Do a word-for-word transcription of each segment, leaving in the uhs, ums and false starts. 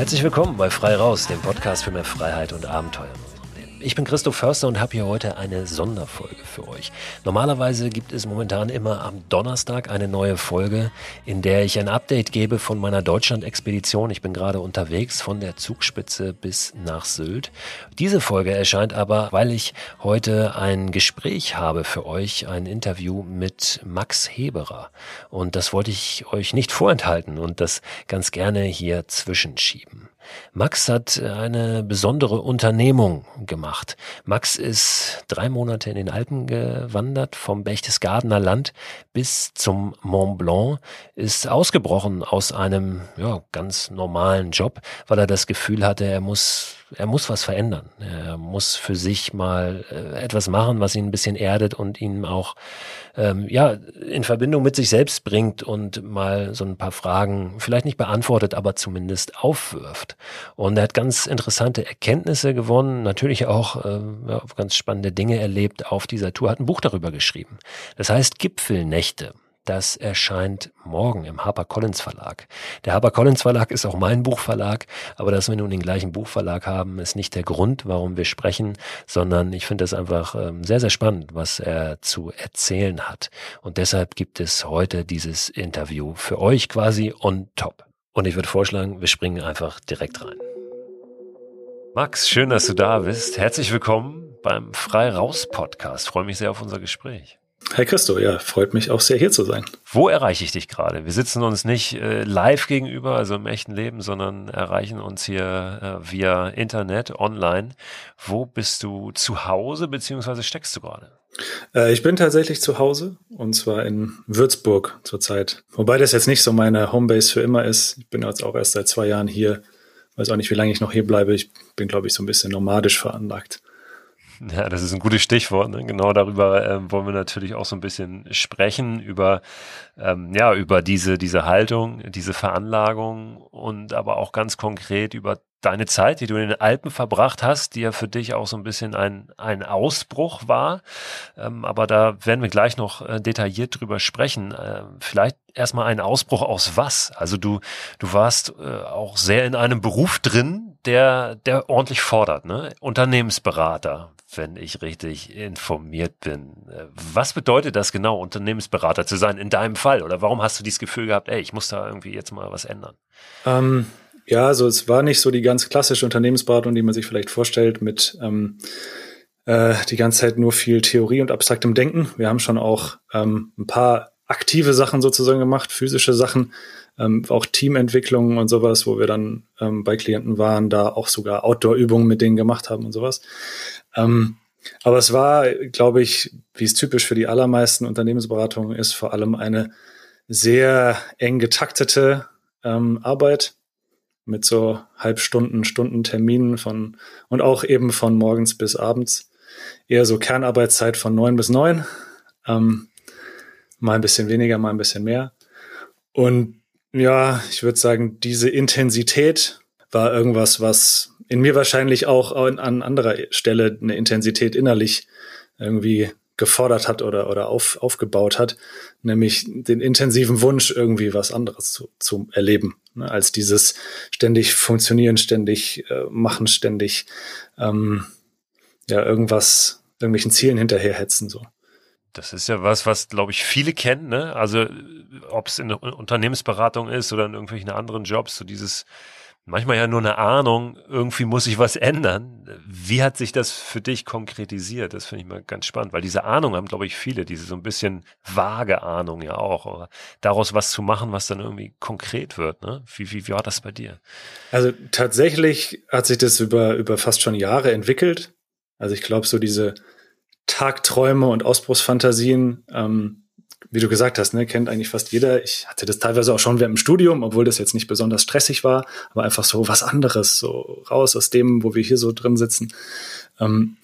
Herzlich willkommen bei Frei Raus, dem Podcast für mehr Freiheit und Abenteuer in unserem Leben. Ich bin Christoph Förster und habe hier heute eine Sonderfolge für euch. Normalerweise gibt es momentan immer am Donnerstag eine neue Folge, in der ich ein Update gebe von meiner Deutschland-Expedition. Ich bin gerade unterwegs von der Zugspitze bis nach Sylt. Diese Folge erscheint aber, weil ich heute ein Gespräch habe für euch, ein Interview mit Max Heberer. Und das wollte ich euch nicht vorenthalten und das ganz gerne hier zwischenschieben. Max hat eine besondere Unternehmung gemacht. Max ist drei Monate in den Alpen gewandert, vom Berchtesgadener Land bis zum Mont Blanc, ist ausgebrochen aus einem ja, ganz normalen Job, weil er das Gefühl hatte, er muss Er muss was verändern. Er muss für sich mal äh, etwas machen, was ihn ein bisschen erdet und ihn auch ähm, ja in Verbindung mit sich selbst bringt und mal so ein paar Fragen vielleicht nicht beantwortet, aber zumindest aufwirft. Und er hat ganz interessante Erkenntnisse gewonnen, natürlich auch äh, ja, ganz spannende Dinge erlebt auf dieser Tour, hat ein Buch darüber geschrieben. Das heißt Gipfelnächte. Das erscheint morgen im HarperCollins Verlag. Der HarperCollins Verlag ist auch mein Buchverlag, aber dass wir nun den gleichen Buchverlag haben, ist nicht der Grund, warum wir sprechen, sondern ich finde das einfach ähm, sehr, sehr spannend, was er zu erzählen hat. Und deshalb gibt es heute dieses Interview für euch quasi on top. Und ich würde vorschlagen, wir springen einfach direkt rein. Max, schön, dass du da bist. Herzlich willkommen beim Frei Raus Podcast. Ich freue mich sehr auf unser Gespräch. Hi Christo, ja, freut mich auch sehr, hier zu sein. Wo erreiche ich dich gerade? Wir sitzen uns nicht äh, live gegenüber, also im echten Leben, sondern erreichen uns hier äh, via Internet, online. Wo bist du zu Hause, beziehungsweise steckst du gerade? Äh, ich bin tatsächlich zu Hause, und zwar in Würzburg zurzeit. Wobei das jetzt nicht so meine Homebase für immer ist. Ich bin jetzt auch erst seit zwei Jahren hier. Weiß auch nicht, wie lange ich noch hier bleibe. Ich bin, glaube ich, so ein bisschen nomadisch veranlagt. Ja, das ist ein gutes Stichwort. Ne? Genau darüber ähm, wollen wir natürlich auch so ein bisschen sprechen, über ähm, ja über diese diese Haltung, diese Veranlagung und aber auch ganz konkret über deine Zeit, die du in den Alpen verbracht hast, die ja für dich auch so ein bisschen ein ein Ausbruch war. Ähm, aber da werden wir gleich noch äh, detailliert drüber sprechen. Äh, vielleicht erstmal ein Ausbruch aus was? Also du du warst äh, auch sehr in einem Beruf drin, der der ordentlich fordert, ne? Unternehmensberater, wenn ich richtig informiert bin. Was bedeutet das genau, Unternehmensberater zu sein in deinem Fall? Oder warum hast du dieses Gefühl gehabt, ey, ich muss da irgendwie jetzt mal was ändern? Ähm, ja, also es war nicht so die ganz klassische Unternehmensberatung, die man sich vielleicht vorstellt, mit ähm, äh, die ganze Zeit nur viel Theorie und abstraktem Denken. Wir haben schon auch ähm, ein paar aktive Sachen sozusagen gemacht, physische Sachen, ähm, auch Teamentwicklungen und sowas, wo wir dann ähm, bei Klienten waren, da auch sogar Outdoor-Übungen mit denen gemacht haben und sowas. Ähm, aber es war, glaube ich, wie es typisch für die allermeisten Unternehmensberatungen ist, vor allem eine sehr eng getaktete ähm, Arbeit mit so Halbstunden, Stunden Terminen von und auch eben von morgens bis abends. Eher so Kernarbeitszeit von neun bis neun. Ähm, mal ein bisschen weniger, mal ein bisschen mehr. Und ja, ich würde sagen, diese Intensität war irgendwas, was in mir wahrscheinlich auch an, an anderer Stelle eine Intensität innerlich irgendwie gefordert hat oder, oder auf, aufgebaut hat, nämlich den intensiven Wunsch, irgendwie was anderes zu, zu erleben, ne, als dieses ständig funktionieren, ständig äh, machen, ständig ähm, ja irgendwas, irgendwelchen Zielen hinterherhetzen, so. Das ist ja was, was, glaube ich, viele kennen, ne? Also, ob es in der Unternehmensberatung ist oder in irgendwelchen anderen Jobs, so dieses, manchmal ja nur eine Ahnung, irgendwie muss ich was ändern. Wie hat sich das für dich konkretisiert? Das finde ich mal ganz spannend, weil diese Ahnung haben, glaube ich, viele, diese so ein bisschen vage Ahnung ja auch, oder daraus was zu machen, was dann irgendwie konkret wird, ne? Wie, wie, wie war das bei dir? Also tatsächlich hat sich das über, über fast schon Jahre entwickelt. Also ich glaube, so diese Tagträume und Ausbruchsfantasien, ähm, wie du gesagt hast, ne, kennt eigentlich fast jeder. Ich hatte das teilweise auch schon während dem Studium, obwohl das jetzt nicht besonders stressig war, aber einfach so was anderes, so raus aus dem, wo wir hier so drin sitzen. Ähm,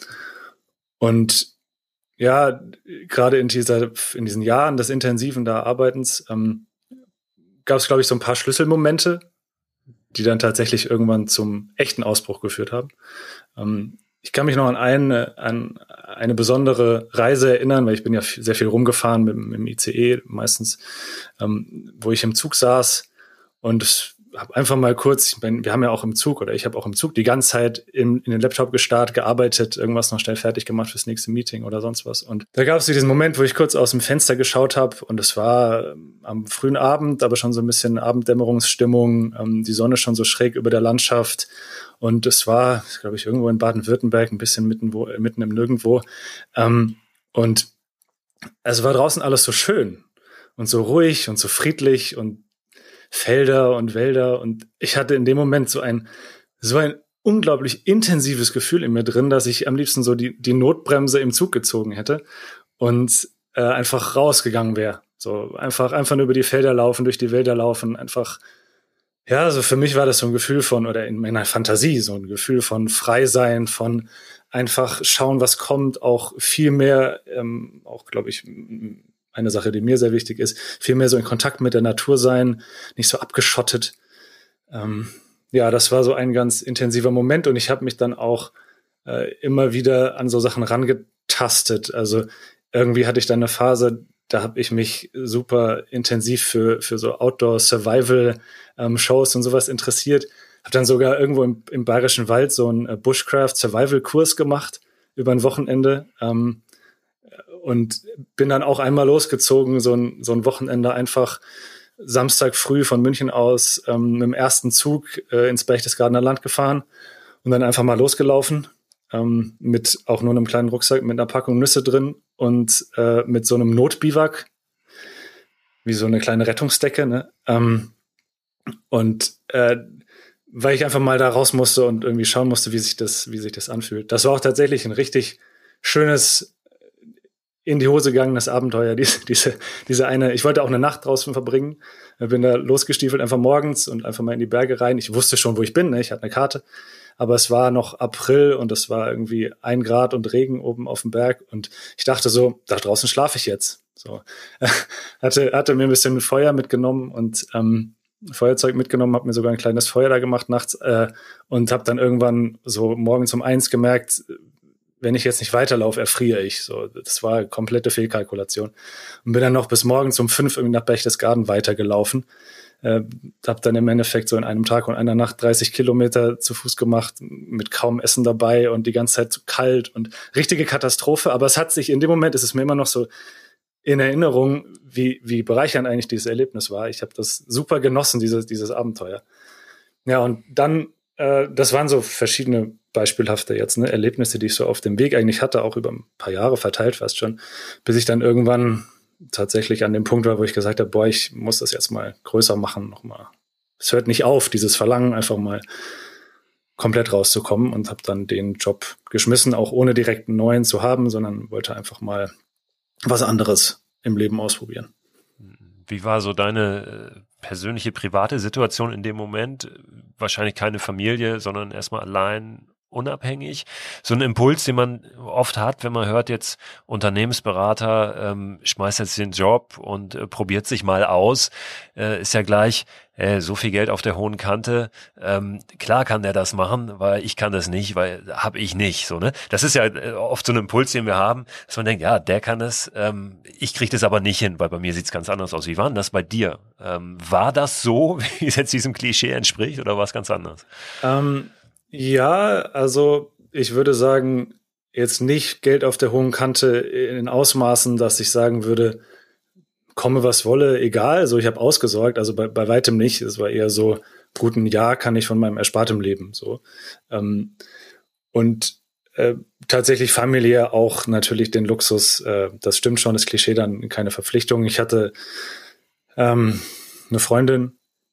und ja, gerade in dieser, in diesen Jahren des intensiven da Arbeitens ähm, gab es, glaube ich, so ein paar Schlüsselmomente, die dann tatsächlich irgendwann zum echten Ausbruch geführt haben. Ähm, Ich kann mich noch an eine, an eine besondere Reise erinnern, weil ich bin ja sehr viel rumgefahren mit, mit dem I C E meistens, ähm, wo ich im Zug saß und habe einfach mal kurz, ich mein, wir haben ja auch im Zug oder ich habe auch im Zug die ganze Zeit in, in den Laptop gestarrt, gearbeitet, irgendwas noch schnell fertig gemacht fürs nächste Meeting oder sonst was. Und da gab es so diesen Moment, wo ich kurz aus dem Fenster geschaut habe und es war ähm, am frühen Abend, aber schon so ein bisschen Abenddämmerungsstimmung, ähm, die Sonne schon so schräg über der Landschaft und es war, glaube ich, irgendwo in Baden-Württemberg, ein bisschen mitten, wo, mitten im Nirgendwo. Ähm, und es war draußen alles so schön und so ruhig und so friedlich und Felder und Wälder und ich hatte in dem Moment so ein so ein unglaublich intensives Gefühl in mir drin, dass ich am liebsten so die die Notbremse im Zug gezogen hätte und äh, einfach rausgegangen wäre. So einfach einfach nur über die Felder laufen, durch die Wälder laufen, einfach ja, also für mich war das so ein Gefühl von oder in meiner Fantasie so ein Gefühl von frei sein, von einfach schauen, was kommt, auch viel mehr ähm, auch glaube ich eine Sache, die mir sehr wichtig ist, viel mehr so in Kontakt mit der Natur sein, nicht so abgeschottet. Ähm, ja, das war so ein ganz intensiver Moment und ich habe mich dann auch äh, immer wieder an so Sachen rangetastet. Also irgendwie hatte ich dann eine Phase, da habe ich mich super intensiv für für so Outdoor-Survival-Shows ähm, und sowas interessiert. Habe dann sogar irgendwo im, im Bayerischen Wald so einen äh, Bushcraft-Survival-Kurs gemacht über ein Wochenende. Ähm, Und bin dann auch einmal losgezogen, so ein, so ein Wochenende einfach Samstag früh von München aus ähm, mit dem ersten Zug äh, ins Berchtesgadener Land gefahren und dann einfach mal losgelaufen ähm, mit auch nur einem kleinen Rucksack mit einer Packung Nüsse drin und äh, mit so einem Notbiwak, wie so eine kleine Rettungsdecke. Ne? Ähm, und äh, weil ich einfach mal da raus musste und irgendwie schauen musste, wie sich das, wie sich das anfühlt. Das war auch tatsächlich ein richtig schönes in die Hose gegangenes Abenteuer, diese, diese, diese eine, ich wollte auch eine Nacht draußen verbringen, bin da losgestiefelt einfach morgens und einfach mal in die Berge rein. Ich wusste schon, wo ich bin, ne? Ich hatte eine Karte, aber es war noch April und es war irgendwie ein Grad und Regen oben auf dem Berg und ich dachte so, da draußen schlafe ich jetzt. So, hatte, hatte mir ein bisschen Feuer mitgenommen und ähm, Feuerzeug mitgenommen, habe mir sogar ein kleines Feuer da gemacht nachts äh, und habe dann irgendwann so morgens um eins gemerkt, wenn ich jetzt nicht weiterlaufe, erfriere ich. So, das war komplette Fehlkalkulation. Und bin dann noch bis morgens um fünf irgendwie nach Berchtesgaden weitergelaufen. Äh, hab dann im Endeffekt so in einem Tag und einer Nacht dreißig Kilometer zu Fuß gemacht, mit kaum Essen dabei und die ganze Zeit zu kalt und richtige Katastrophe. Aber es hat sich, in dem Moment ist es mir immer noch so in Erinnerung, wie, wie bereichernd eigentlich dieses Erlebnis war. Ich habe das super genossen, dieses, dieses Abenteuer. Ja, und dann, äh, das waren so verschiedene beispielhafte jetzt, ne, Erlebnisse, die ich so auf dem Weg eigentlich hatte, auch über ein paar Jahre verteilt fast schon, bis ich dann irgendwann tatsächlich an dem Punkt war, wo ich gesagt habe, boah, ich muss das jetzt mal größer machen, nochmal. Es hört nicht auf, dieses Verlangen, einfach mal komplett rauszukommen und habe dann den Job geschmissen, auch ohne direkt einen neuen zu haben, sondern wollte einfach mal was anderes im Leben ausprobieren. Wie war so deine persönliche, private Situation in dem Moment? Wahrscheinlich keine Familie, sondern erstmal allein, unabhängig. So ein Impuls, den man oft hat, wenn man hört jetzt, Unternehmensberater ähm, schmeißt jetzt den Job und äh, probiert sich mal aus, äh, ist ja gleich, äh, so viel Geld auf der hohen Kante, ähm, klar kann der das machen, weil ich kann das nicht, weil habe ich nicht. So, ne? Das ist ja äh, oft so ein Impuls, den wir haben, dass man denkt, ja, der kann es, ähm, ich kriege das aber nicht hin, weil bei mir sieht's ganz anders aus. Wie war denn das bei dir? Ähm, war das so, wie es jetzt diesem Klischee entspricht, oder war es ganz anders? Ähm Ja, also ich würde sagen, jetzt nicht Geld auf der hohen Kante in Ausmaßen, dass ich sagen würde, komme was wolle, egal. Also ich habe ausgesorgt, also bei, bei weitem nicht. Es war eher so, gut, ein Jahr kann ich von meinem Erspartem leben. So. Ähm, und äh, tatsächlich familiär auch natürlich den Luxus, äh, das stimmt schon, das Klischee dann keine Verpflichtung. Ich hatte ähm, eine Freundin,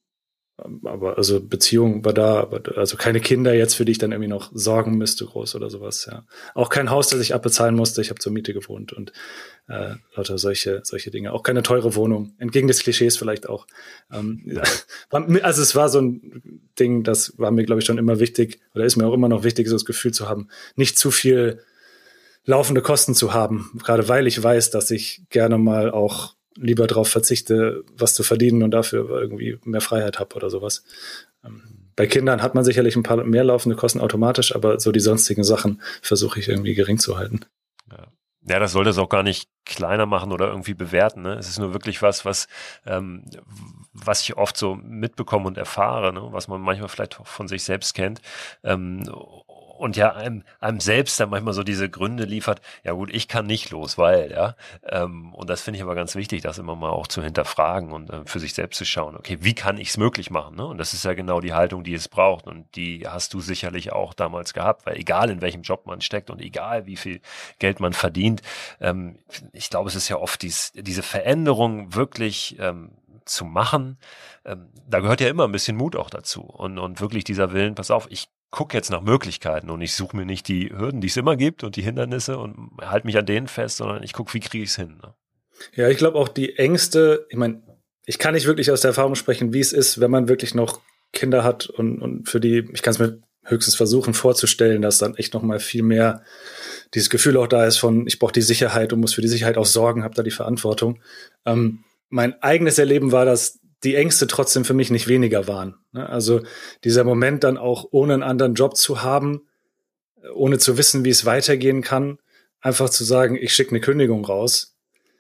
aber also Beziehung war da, aber also keine Kinder jetzt, für die ich dann irgendwie noch sorgen müsste, groß oder sowas, ja. Auch kein Haus, das ich abbezahlen musste, ich habe zur Miete gewohnt und äh, lauter solche solche Dinge. Auch keine teure Wohnung, entgegen des Klischees vielleicht auch. Ähm, ja. Also es war so ein Ding, das war mir, glaube ich, schon immer wichtig, oder ist mir auch immer noch wichtig, so das Gefühl zu haben, nicht zu viel laufende Kosten zu haben, gerade weil ich weiß, dass ich gerne mal auch lieber darauf verzichte, was zu verdienen und dafür irgendwie mehr Freiheit habe oder sowas. Ähm, bei Kindern hat man sicherlich ein paar mehr laufende Kosten automatisch, aber so die sonstigen Sachen versuche ich irgendwie gering zu halten. Ja. Ja, das soll das auch gar nicht kleiner machen oder irgendwie bewerten. Ne? Es ist nur wirklich was, was, ähm, was ich oft so mitbekomme und erfahre, ne? Was man manchmal vielleicht auch von sich selbst kennt. Ähm, und ja, einem, einem selbst dann manchmal so diese Gründe liefert, ja gut, ich kann nicht los, weil, ja. Ähm, und das finde ich aber ganz wichtig, das immer mal auch zu hinterfragen und äh, für sich selbst zu schauen, okay, wie kann ich es möglich machen? Ne? Und das ist ja genau die Haltung, die es braucht. Und die hast du sicherlich auch damals gehabt, weil egal in welchem Job man steckt und egal wie viel Geld man verdient, ähm, ich glaube, es ist ja oft dies, diese Veränderung wirklich ähm, zu machen, ähm, da gehört ja immer ein bisschen Mut auch dazu und, und wirklich dieser Willen, pass auf, ich gucke jetzt nach Möglichkeiten und ich suche mir nicht die Hürden, die es immer gibt und die Hindernisse und halte mich an denen fest, sondern ich gucke, wie kriege ich es hin. Ne? Ja, ich glaube auch die Ängste, ich meine, ich kann nicht wirklich aus der Erfahrung sprechen, wie es ist, wenn man wirklich noch Kinder hat und, und für die, ich kann es mir höchstens versuchen vorzustellen, dass dann echt noch mal viel mehr dieses Gefühl auch da ist von, ich brauche die Sicherheit und muss für die Sicherheit auch sorgen, habe da die Verantwortung. Ähm, mein eigenes Erleben war, dass die Ängste trotzdem für mich nicht weniger waren. Ne? Also dieser Moment dann auch ohne einen anderen Job zu haben, ohne zu wissen, wie es weitergehen kann, einfach zu sagen, ich schicke eine Kündigung raus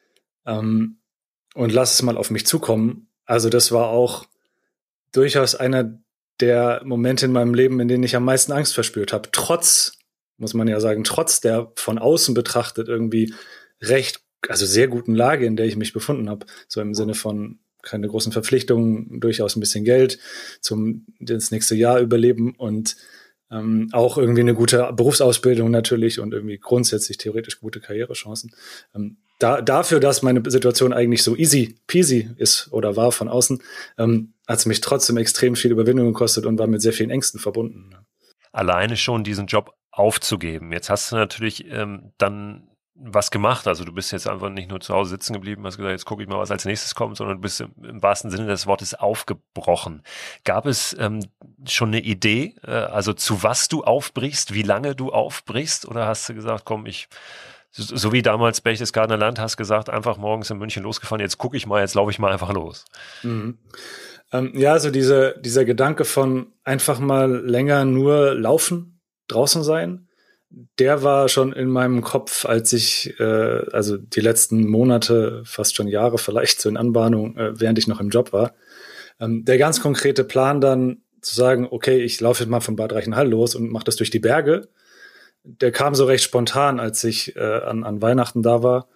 ähm, und lass es mal auf mich zukommen. Also das war auch durchaus einer der Momente in meinem Leben, in denen ich am meisten Angst verspürt habe. Trotz, muss man ja sagen, trotz der von außen betrachtet irgendwie recht, also sehr guten Lage, in der ich mich befunden habe. So im Sinne von keine großen Verpflichtungen, durchaus ein bisschen Geld zum das nächste Jahr überleben und ähm, auch irgendwie eine gute Berufsausbildung natürlich und irgendwie grundsätzlich theoretisch gute Karrierechancen. Ähm, da, dafür, dass meine Situation eigentlich so easy peasy ist oder war von außen, ähm, hat es mich trotzdem extrem viel Überwindung gekostet und war mit sehr vielen Ängsten verbunden. Alleine schon diesen Job aufzugeben. Jetzt hast du natürlich ähm, dann was gemacht. Also du bist jetzt einfach nicht nur zu Hause sitzen geblieben, hast gesagt, jetzt gucke ich mal, was als nächstes kommt, sondern du bist im, im wahrsten Sinne des Wortes aufgebrochen. Gab es ähm, schon eine Idee, äh, also zu was du aufbrichst, wie lange du aufbrichst? Oder hast du gesagt, komm, ich, so, so wie damals Berchtesgadener Land, hast gesagt, einfach morgens in München losgefahren, jetzt gucke ich mal, jetzt laufe ich mal einfach los. Mhm. Ähm, ja, also diese, dieser Gedanke von einfach mal länger nur laufen, draußen sein, der war schon in meinem Kopf, als ich, äh, also die letzten Monate, fast schon Jahre vielleicht, so in Anbahnung, äh, während ich noch im Job war. Ähm, der ganz konkrete Plan dann zu sagen, okay, ich laufe jetzt mal von Bad Reichenhall los und mache das durch die Berge, der kam so recht spontan, als ich äh, an, an Weihnachten da war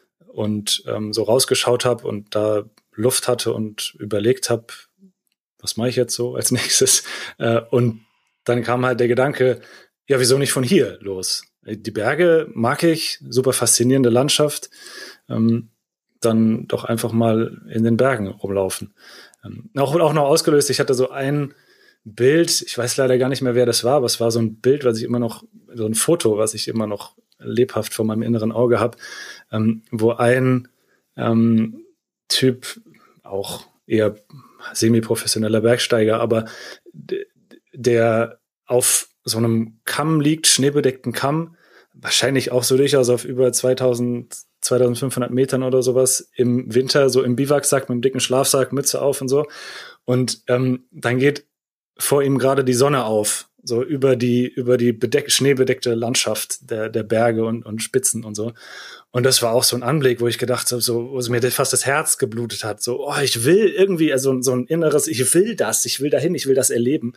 und ähm, so rausgeschaut habe und da Luft hatte und überlegt habe, was mache ich jetzt so als nächstes? Äh, und dann kam halt der Gedanke, ja, wieso nicht von hier los? Die Berge mag ich, super faszinierende Landschaft. Ähm, dann doch einfach mal in den Bergen rumlaufen. Ähm, auch, auch noch ausgelöst, ich hatte so ein Bild, ich weiß leider gar nicht mehr, wer das war, aber es war so ein Bild, was ich immer noch, so ein Foto, was ich immer noch lebhaft vor meinem inneren Auge habe, ähm, wo ein ähm, Typ, auch eher semi-professioneller Bergsteiger, aber d- der auf so einem Kamm liegt, schneebedeckten Kamm, wahrscheinlich auch so durchaus auf über zweitausend, zweitausendfünfhundert Metern oder sowas im Winter, so im Biwaksack mit einem dicken Schlafsack, Mütze auf und so. Und ähm, dann geht vor ihm gerade die Sonne auf, so über die über die bedeck, schneebedeckte Landschaft der der Berge und und Spitzen und so. Und das war auch so ein Anblick, wo ich gedacht habe, so, wo mir fast das Herz geblutet hat, so, oh, ich will irgendwie, also so ein inneres, ich will das, ich will dahin, ich will das erleben.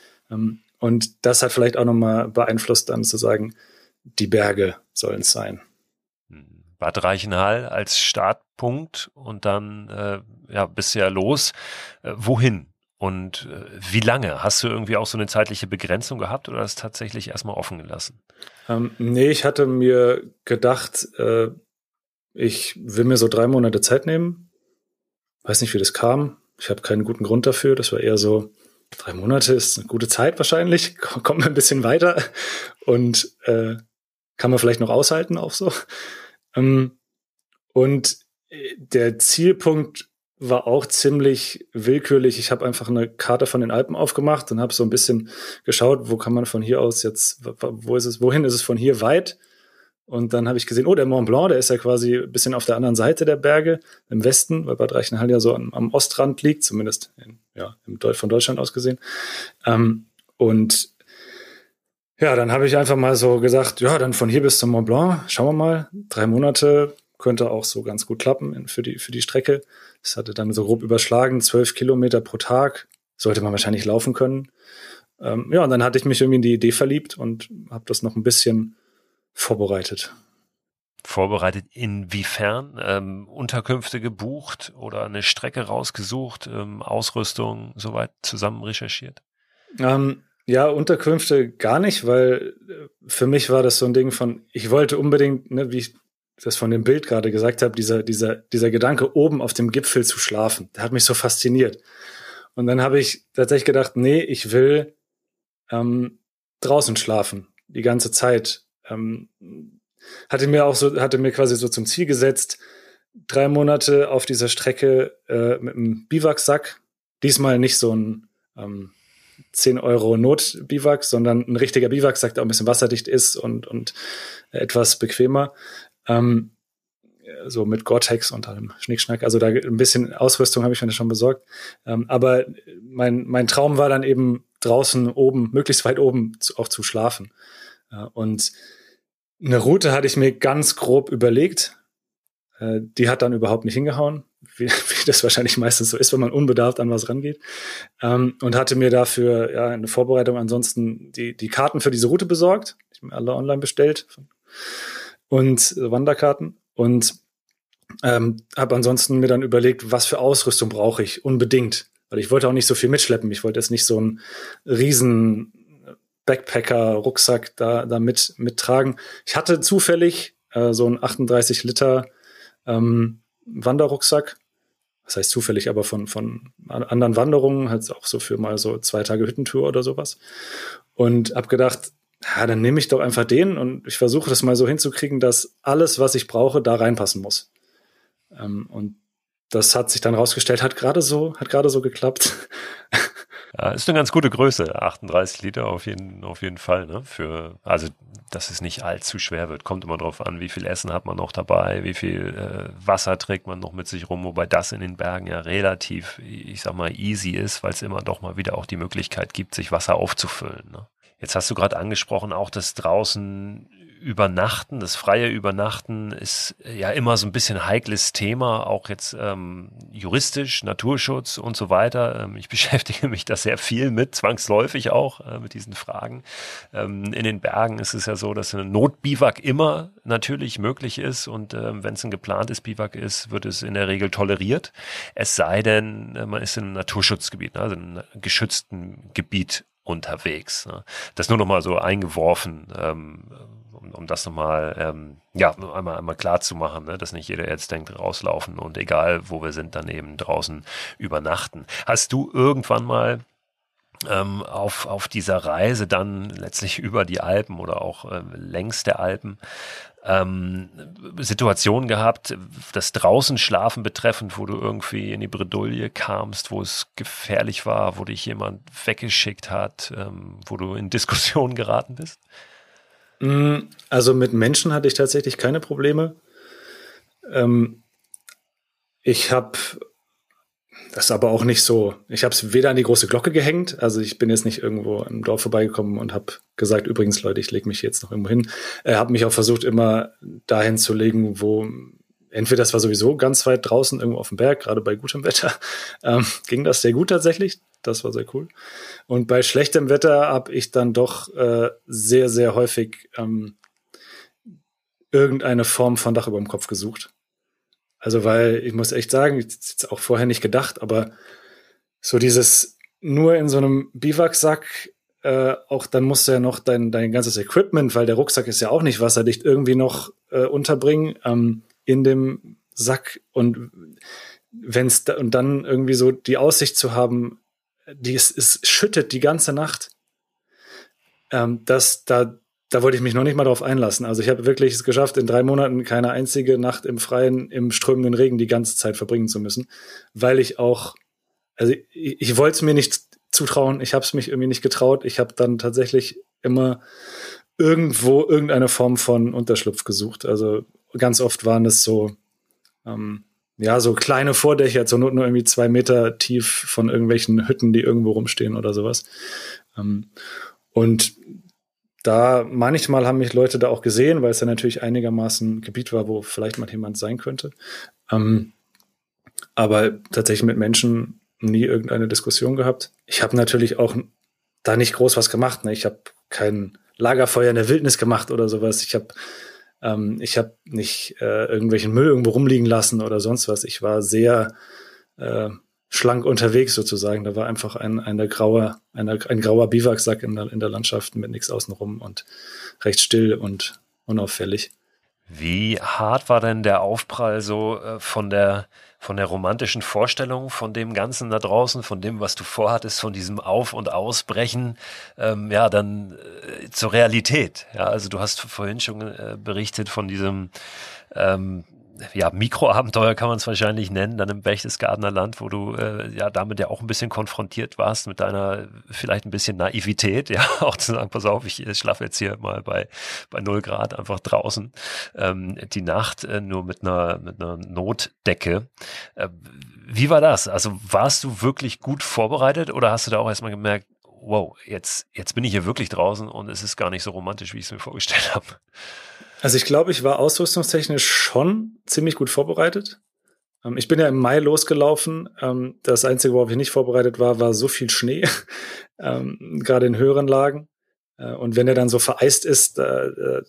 Und das hat vielleicht auch nochmal beeinflusst, dann zu sagen, die Berge sollen es sein. Bad Reichenhall als Startpunkt und dann äh, ja, bist du ja los. Äh, wohin? Und äh, wie lange? Hast du irgendwie auch so eine zeitliche Begrenzung gehabt oder hast du tatsächlich erstmal offen gelassen? Ähm, nee, ich hatte mir gedacht, äh, ich will mir so drei Monate Zeit nehmen. Weiß nicht, wie das kam. Ich habe keinen guten Grund dafür. Das war eher so, drei Monate ist eine gute Zeit wahrscheinlich. Kommt man ein bisschen weiter und äh, kann man vielleicht noch aushalten auch so. Ähm, und der Zielpunkt war auch ziemlich willkürlich. Ich habe einfach eine Karte von den Alpen aufgemacht und habe so ein bisschen geschaut, wo kann man von hier aus jetzt, wo ist es, wohin ist es von hier weit? Und dann habe ich gesehen, oh, der Mont Blanc, der ist ja quasi ein bisschen auf der anderen Seite der Berge, im Westen, weil Bad Reichenhall ja so am, am Ostrand liegt, zumindest in, ja, im, von Deutschland aus gesehen. Ähm, und Ja, dann habe ich einfach mal so gesagt, ja, dann von hier bis zum Mont Blanc, schauen wir mal, drei Monate könnte auch so ganz gut klappen für die, für die Strecke. Das hatte dann so grob überschlagen, zwölf Kilometer pro Tag, sollte man wahrscheinlich laufen können. Ähm, ja, und dann hatte ich mich irgendwie in die Idee verliebt und habe das noch ein bisschen vorbereitet. Vorbereitet inwiefern? Ähm, Unterkünfte gebucht oder eine Strecke rausgesucht, ähm, Ausrüstung soweit zusammen recherchiert? Ähm, ja, Unterkünfte gar nicht, weil für mich war das so ein Ding von, ich wollte unbedingt, ne, wie ich das von dem Bild gerade gesagt habe, dieser, dieser, dieser Gedanke, oben auf dem Gipfel zu schlafen, der hat mich so fasziniert. Und dann habe ich tatsächlich gedacht, nee, ich will ähm, draußen schlafen, die ganze Zeit. Ähm, hatte mir auch so, hatte mir quasi so zum Ziel gesetzt, drei Monate auf dieser Strecke äh, mit einem Biwaksack. Diesmal nicht so ein ähm, zehn Euro Not-Biwak, sondern ein richtiger Biwaksack, der auch ein bisschen wasserdicht ist und, und etwas bequemer. Ähm, so mit Gore-Tex und allem Schnickschnack. Also da ein bisschen Ausrüstung habe ich mir schon besorgt. Ähm, aber mein, mein Traum war dann eben draußen oben, möglichst weit oben zu, auch zu schlafen. Ja, und eine Route hatte ich mir ganz grob überlegt. Äh, die hat dann überhaupt nicht hingehauen, wie, wie das wahrscheinlich meistens so ist, wenn man unbedarft an was rangeht. Ähm, und hatte mir dafür ja eine Vorbereitung ansonsten die, die Karten für diese Route besorgt. Ich habe mir alle online bestellt. Und äh, Wanderkarten. Und ähm, habe ansonsten mir dann überlegt, was für Ausrüstung brauche ich unbedingt. Weil ich wollte auch nicht so viel mitschleppen. Ich wollte jetzt nicht so einen riesen Backpacker-Rucksack da, da mit, mittragen. Ich hatte zufällig äh, so einen achtunddreißig Liter ähm, Wanderrucksack. Das heißt zufällig, aber von, von anderen Wanderungen, halt auch so für mal so zwei Tage Hüttentour oder sowas. Und hab gedacht, ja, dann nehme ich doch einfach den und ich versuche das mal so hinzukriegen, dass alles, was ich brauche, da reinpassen muss. Ähm, und das hat sich dann rausgestellt, hat gerade so, hat gerade so geklappt. Ja, ist eine ganz gute Größe, achtunddreißig Liter auf jeden, auf jeden Fall, ne? Für, also, dass es nicht allzu schwer wird. Kommt immer drauf an, wie viel Essen hat man noch dabei, wie viel äh, Wasser trägt man noch mit sich rum, wobei das in den Bergen ja relativ, ich sag mal, easy ist, weil es immer doch mal wieder auch die Möglichkeit gibt, sich Wasser aufzufüllen, ne? Jetzt hast du gerade angesprochen, auch das draußen Übernachten, das freie Übernachten ist ja immer so ein bisschen heikles Thema, auch jetzt ähm, juristisch, Naturschutz und so weiter. Ähm, ich beschäftige mich da sehr viel mit, zwangsläufig auch äh, mit diesen Fragen. Ähm, in den Bergen ist es ja so, dass ein Notbiwak immer natürlich möglich ist und ähm, wenn es ein geplantes Biwak ist, wird es in der Regel toleriert. Es sei denn, äh, man ist in einem Naturschutzgebiet, ne, also in einem geschützten Gebiet unterwegs. Ne. Das nur noch mal so eingeworfen, ähm, um, um das nochmal, ähm, ja, einmal, einmal klar zu machen, ne, dass nicht jeder jetzt denkt, rauslaufen und egal, wo wir sind, dann eben draußen übernachten. Hast du irgendwann mal ähm, auf, auf dieser Reise dann letztlich über die Alpen oder auch äh, längs der Alpen ähm, Situationen gehabt, das draußen Schlafen betreffend, wo du irgendwie in die Bredouille kamst, wo es gefährlich war, wo dich jemand weggeschickt hat, ähm, wo du in Diskussionen geraten bist? Also mit Menschen hatte ich tatsächlich keine Probleme. Ähm, ich habe das aber auch nicht so, ich habe es weder an die große Glocke gehängt, also ich bin jetzt nicht irgendwo im Dorf vorbeigekommen und habe gesagt, übrigens Leute, ich lege mich jetzt noch irgendwo hin. Äh, habe mich auch versucht, immer dahin zu legen, wo entweder das war sowieso ganz weit draußen, irgendwo auf dem Berg, gerade bei gutem Wetter, ähm, ging das sehr gut tatsächlich. Das war sehr cool. Und bei schlechtem Wetter habe ich dann doch äh, sehr, sehr häufig ähm, irgendeine Form von Dach über dem Kopf gesucht. Also weil, ich muss echt sagen, ich hätte auch vorher nicht gedacht, aber so dieses nur in so einem Biwaksack, äh, auch dann musst du ja noch dein, dein ganzes Equipment, weil der Rucksack ist ja auch nicht wasserdicht, irgendwie noch äh, unterbringen ähm, in dem Sack. Und wenn's da, und dann irgendwie so die Aussicht zu haben, die es, es schüttet die ganze Nacht, ähm, das, da, da wollte ich mich noch nicht mal drauf einlassen. Also ich habe wirklich es geschafft, in drei Monaten keine einzige Nacht im Freien, im strömenden Regen die ganze Zeit verbringen zu müssen, weil ich auch, also ich, ich wollte es mir nicht zutrauen, ich habe es mich irgendwie nicht getraut. Ich habe dann tatsächlich immer irgendwo irgendeine Form von Unterschlupf gesucht. Also ganz oft waren es so, ähm, ja, so kleine Vordächer, zur Not nur irgendwie zwei Meter tief von irgendwelchen Hütten, die irgendwo rumstehen oder sowas. Ähm, und da manchmal haben mich Leute da auch gesehen, weil es ja natürlich einigermaßen ein Gebiet war, wo vielleicht mal jemand sein könnte. Ähm, aber tatsächlich mit Menschen nie irgendeine Diskussion gehabt. Ich habe natürlich auch da nicht groß was gemacht. Ne? Ich habe kein Lagerfeuer in der Wildnis gemacht oder sowas. Ich habe ähm, ich habe nicht äh, irgendwelchen Müll irgendwo rumliegen lassen oder sonst was. Ich war sehr äh, schlank unterwegs sozusagen. Da war einfach ein, ein, grauer, ein, ein grauer Biwaksack in der, in der Landschaft mit nichts außenrum und recht still und unauffällig. Wie hart war denn der Aufprall so äh, von der von der romantischen Vorstellung von dem Ganzen da draußen, von dem, was du vorhattest, von diesem Auf- und Ausbrechen, ähm, ja, dann äh, zur Realität. Ja, also du hast vorhin schon äh, berichtet von diesem ähm, ja, Mikroabenteuer kann man es wahrscheinlich nennen, dann im Berchtesgadener Land, wo du äh, ja damit ja auch ein bisschen konfrontiert warst mit deiner vielleicht ein bisschen Naivität, ja, auch zu sagen, pass auf, ich schlafe jetzt hier mal bei bei null Grad einfach draußen, ähm, die Nacht äh, nur mit einer mit einer Notdecke. Äh, wie war das? Also warst du wirklich gut vorbereitet oder hast du da auch erstmal gemerkt, wow, jetzt jetzt bin ich hier wirklich draußen und es ist gar nicht so romantisch, wie ich es mir vorgestellt habe? Also ich glaube, ich war ausrüstungstechnisch schon ziemlich gut vorbereitet. Ähm, ich bin ja im Mai losgelaufen. Ähm, das Einzige, worauf ich nicht vorbereitet war, war so viel Schnee, ähm, gerade in höheren Lagen. Äh, und wenn der dann so vereist ist, äh,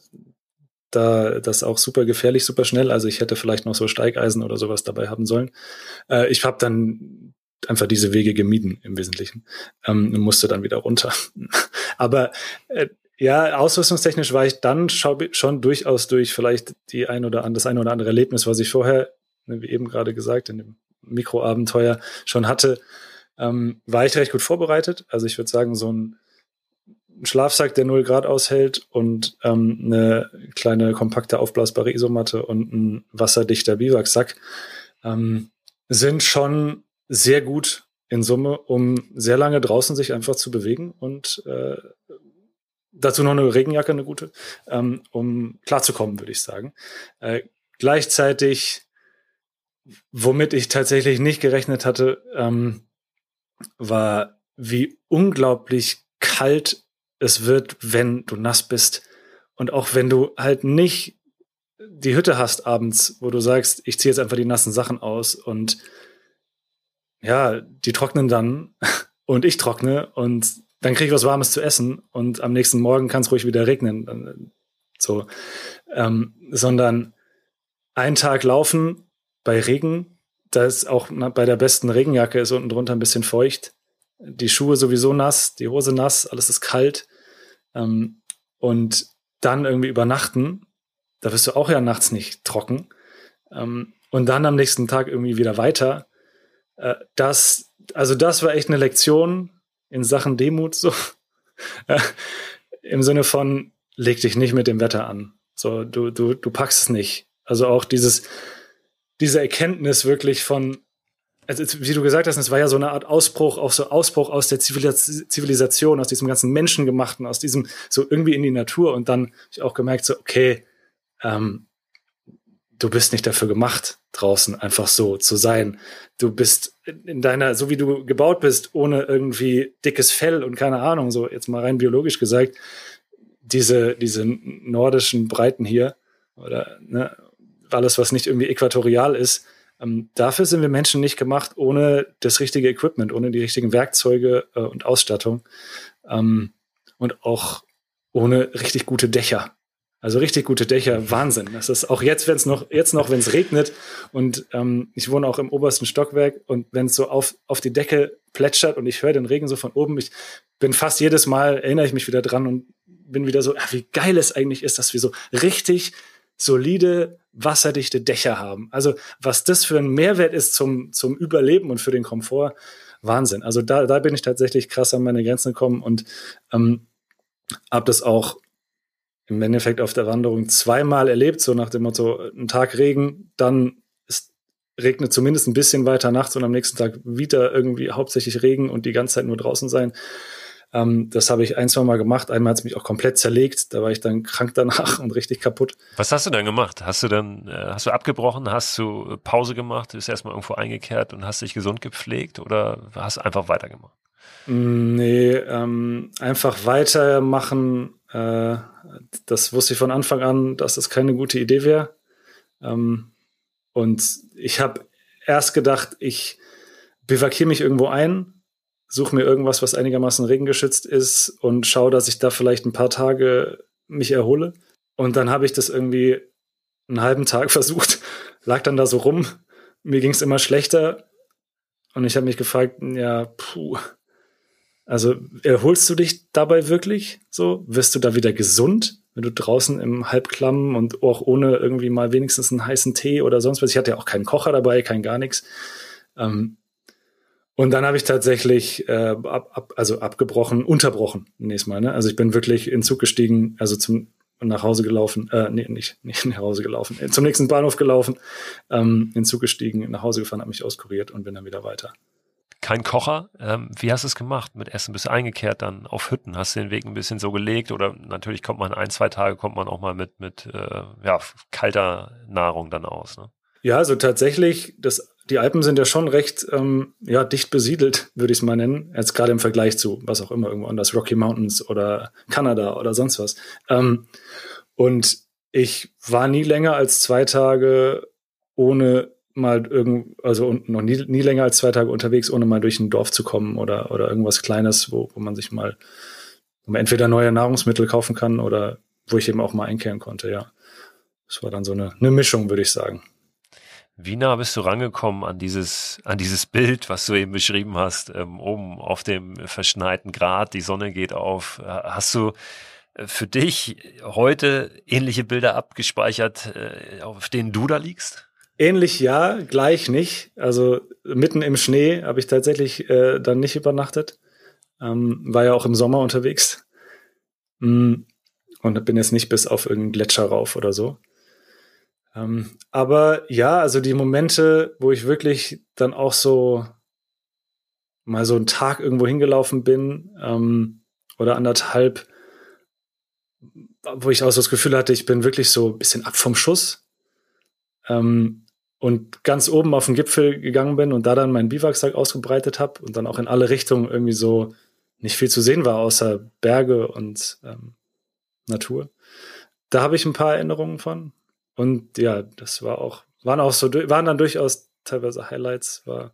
da das auch super gefährlich, super schnell. Also ich hätte vielleicht noch so Steigeisen oder sowas dabei haben sollen. Äh, ich habe dann einfach diese Wege gemieden im Wesentlichen ähm, und musste dann wieder runter. Aber äh, ja, ausrüstungstechnisch war ich dann schon durchaus durch vielleicht die ein oder an, das ein oder andere Erlebnis, was ich vorher, wie eben gerade gesagt, in dem Mikroabenteuer schon hatte, ähm, war ich recht gut vorbereitet. Also ich würde sagen, so ein Schlafsack, der null Grad aushält und ähm, eine kleine kompakte aufblasbare Isomatte und ein wasserdichter Biwaksack ähm, sind schon sehr gut in Summe, um sehr lange draußen sich einfach zu bewegen und äh, dazu noch eine Regenjacke, eine gute, ähm, um klarzukommen, würde ich sagen. Äh, gleichzeitig, womit ich tatsächlich nicht gerechnet hatte, ähm, war, wie unglaublich kalt es wird, wenn du nass bist. Und auch wenn du halt nicht die Hütte hast abends, wo du sagst, ich ziehe jetzt einfach die nassen Sachen aus und ja, die trocknen dann und ich trockne und dann krieg ich was Warmes zu essen und am nächsten Morgen kann es ruhig wieder regnen. So, ähm, sondern einen Tag laufen bei Regen, da ist auch bei der besten Regenjacke ist unten drunter ein bisschen feucht. Die Schuhe sowieso nass, die Hose nass, alles ist kalt. Ähm, und dann irgendwie übernachten, da wirst du auch ja nachts nicht trocken. Ähm, und dann am nächsten Tag irgendwie wieder weiter. Äh, das, also das war echt eine Lektion in Sachen Demut, so. Äh, im Sinne von, leg dich nicht mit dem Wetter an. So, du, du, du packst es nicht. Also auch dieses, diese Erkenntnis wirklich von, also wie du gesagt hast, es war ja so eine Art Ausbruch, auch so Ausbruch aus der Zivilisation, aus diesem ganzen Menschengemachten, aus diesem so irgendwie in die Natur. Und dann habe ich auch gemerkt, so, okay, ähm, du bist nicht dafür gemacht, draußen einfach so zu sein. Du bist in deiner, so wie du gebaut bist, ohne irgendwie dickes Fell und keine Ahnung, so jetzt mal rein biologisch gesagt, diese, diese nordischen Breiten hier oder ne, alles, was nicht irgendwie äquatorial ist, ähm, dafür sind wir Menschen nicht gemacht, ohne das richtige Equipment, ohne die richtigen Werkzeuge äh, und Ausstattung ähm, und auch ohne richtig gute Dächer. Also richtig gute Dächer, Wahnsinn. Das ist auch jetzt, wenn es noch, jetzt noch, wenn es regnet und ähm, ich wohne auch im obersten Stockwerk und wenn es so auf, auf die Decke plätschert und ich höre den Regen so von oben, ich bin fast jedes Mal, erinnere ich mich wieder dran und bin wieder so, ach, wie geil es eigentlich ist, dass wir so richtig solide, wasserdichte Dächer haben. Also was das für ein Mehrwert ist zum, zum Überleben und für den Komfort, Wahnsinn. Also da, da bin ich tatsächlich krass an meine Grenzen gekommen und ähm, habe das auch im Endeffekt auf der Wanderung zweimal erlebt, so nach dem Motto, ein Tag Regen, dann es regnet zumindest ein bisschen weiter nachts und am nächsten Tag wieder irgendwie hauptsächlich Regen und die ganze Zeit nur draußen sein. Ähm, das habe ich ein, zwei Mal gemacht. Einmal hat es mich auch komplett zerlegt. Da war ich dann krank danach und richtig kaputt. Was hast du dann gemacht? Hast du dann, äh, hast du abgebrochen? Hast du Pause gemacht? Bist erstmal irgendwo eingekehrt und hast dich gesund gepflegt oder hast du einfach weitergemacht? Nee, ähm, einfach weitermachen. Äh, das wusste ich von Anfang an, dass das keine gute Idee wäre. Ähm, und ich habe erst gedacht, ich bivakiere mich irgendwo ein, suche mir irgendwas, was einigermaßen regengeschützt ist und schaue, dass ich da vielleicht ein paar Tage mich erhole. Und dann habe ich das irgendwie einen halben Tag versucht, lag dann da so rum. Mir ging es immer schlechter. Und ich habe mich gefragt, ja, puh, also erholst du dich dabei wirklich so? Wirst du da wieder gesund, wenn du draußen im Halbklamm und auch ohne irgendwie mal wenigstens einen heißen Tee oder sonst was? Ich hatte ja auch keinen Kocher dabei, kein gar nichts. Ähm, und dann habe ich tatsächlich äh, ab, ab, also abgebrochen, unterbrochen nächstes Mal. Ne? Also ich bin wirklich in den Zug gestiegen, also zum nach Hause gelaufen, äh, nee, nicht, nicht nach Hause gelaufen, zum nächsten Bahnhof gelaufen, ähm, in den Zug gestiegen, nach Hause gefahren, habe mich auskuriert und bin dann wieder weiter. Kein Kocher. Ähm, wie hast du es gemacht? Mit Essen bist du eingekehrt dann auf Hütten? Hast du den Weg ein bisschen so gelegt? Oder natürlich kommt man ein, zwei Tage, kommt man auch mal mit, mit äh, ja, kalter Nahrung dann aus, ne? Ja, also tatsächlich, das, die Alpen sind ja schon recht ähm, ja, dicht besiedelt, würde ich es mal nennen. Jetzt gerade im Vergleich zu was auch immer, irgendwo anders, Rocky Mountains oder Kanada oder sonst was. Ähm, und ich war nie länger als zwei Tage ohne mal irgend, also noch nie, nie länger als zwei Tage unterwegs, ohne mal durch ein Dorf zu kommen oder, oder irgendwas Kleines, wo, wo man sich mal, wo man entweder neue Nahrungsmittel kaufen kann oder wo ich eben auch mal einkehren konnte, ja. Das war dann so eine, eine Mischung, würde ich sagen. Wie nah bist du rangekommen an dieses, an dieses Bild, was du eben beschrieben hast, ähm, oben auf dem verschneiten Grat, die Sonne geht auf. Hast du für dich heute ähnliche Bilder abgespeichert, äh, auf denen du da liegst? Ähnlich ja, gleich nicht. Also mitten im Schnee habe ich tatsächlich äh, dann nicht übernachtet. Ähm, war ja auch im Sommer unterwegs. Mm, und bin jetzt nicht bis auf irgendeinen Gletscher rauf oder so. Ähm, aber ja, also die Momente, wo ich wirklich dann auch so mal so einen Tag irgendwo hingelaufen bin ähm, oder anderthalb, wo ich auch so das Gefühl hatte, ich bin wirklich so ein bisschen ab vom Schuss. Ähm, und ganz oben auf den Gipfel gegangen bin und da dann meinen Biwaksack ausgebreitet habe und dann auch in alle Richtungen irgendwie so nicht viel zu sehen war, außer Berge und ähm, Natur. Da habe ich ein paar Erinnerungen von. Und ja, das war auch, waren auch so, waren dann durchaus teilweise Highlights, war,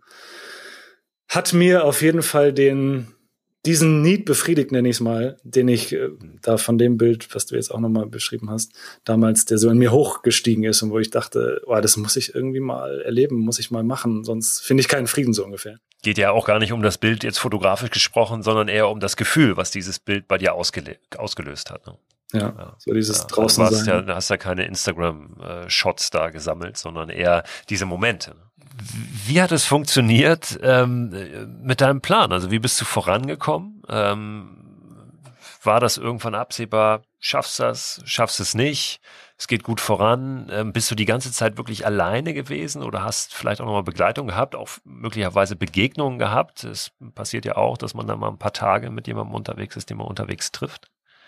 hat mir auf jeden Fall den, diesen Need befriedigt, nenne ich es mal, den ich äh, da von dem Bild, was du jetzt auch nochmal beschrieben hast, damals, der so in mir hochgestiegen ist und wo ich dachte, oh, das muss ich irgendwie mal erleben, muss ich mal machen, sonst finde ich keinen Frieden so ungefähr. Geht ja auch gar nicht um das Bild jetzt fotografisch gesprochen, sondern eher um das Gefühl, was dieses Bild bei dir ausgele- ausgelöst hat. Ne? Ja, ja, so dieses ja, draußen also sein. Ja, hast ja keine Instagram-Shots da gesammelt, sondern eher diese Momente. Wie hat es funktioniert ähm, mit deinem Plan? Also wie bist du vorangekommen? Ähm, war das irgendwann absehbar? Schaffst du das? Schaffst du es nicht? Es geht gut voran. Ähm, bist du die ganze Zeit wirklich alleine gewesen oder hast vielleicht auch nochmal Begleitung gehabt, auch möglicherweise Begegnungen gehabt? Es passiert ja auch, dass man dann mal ein paar Tage mit jemandem unterwegs ist, den man unterwegs trifft.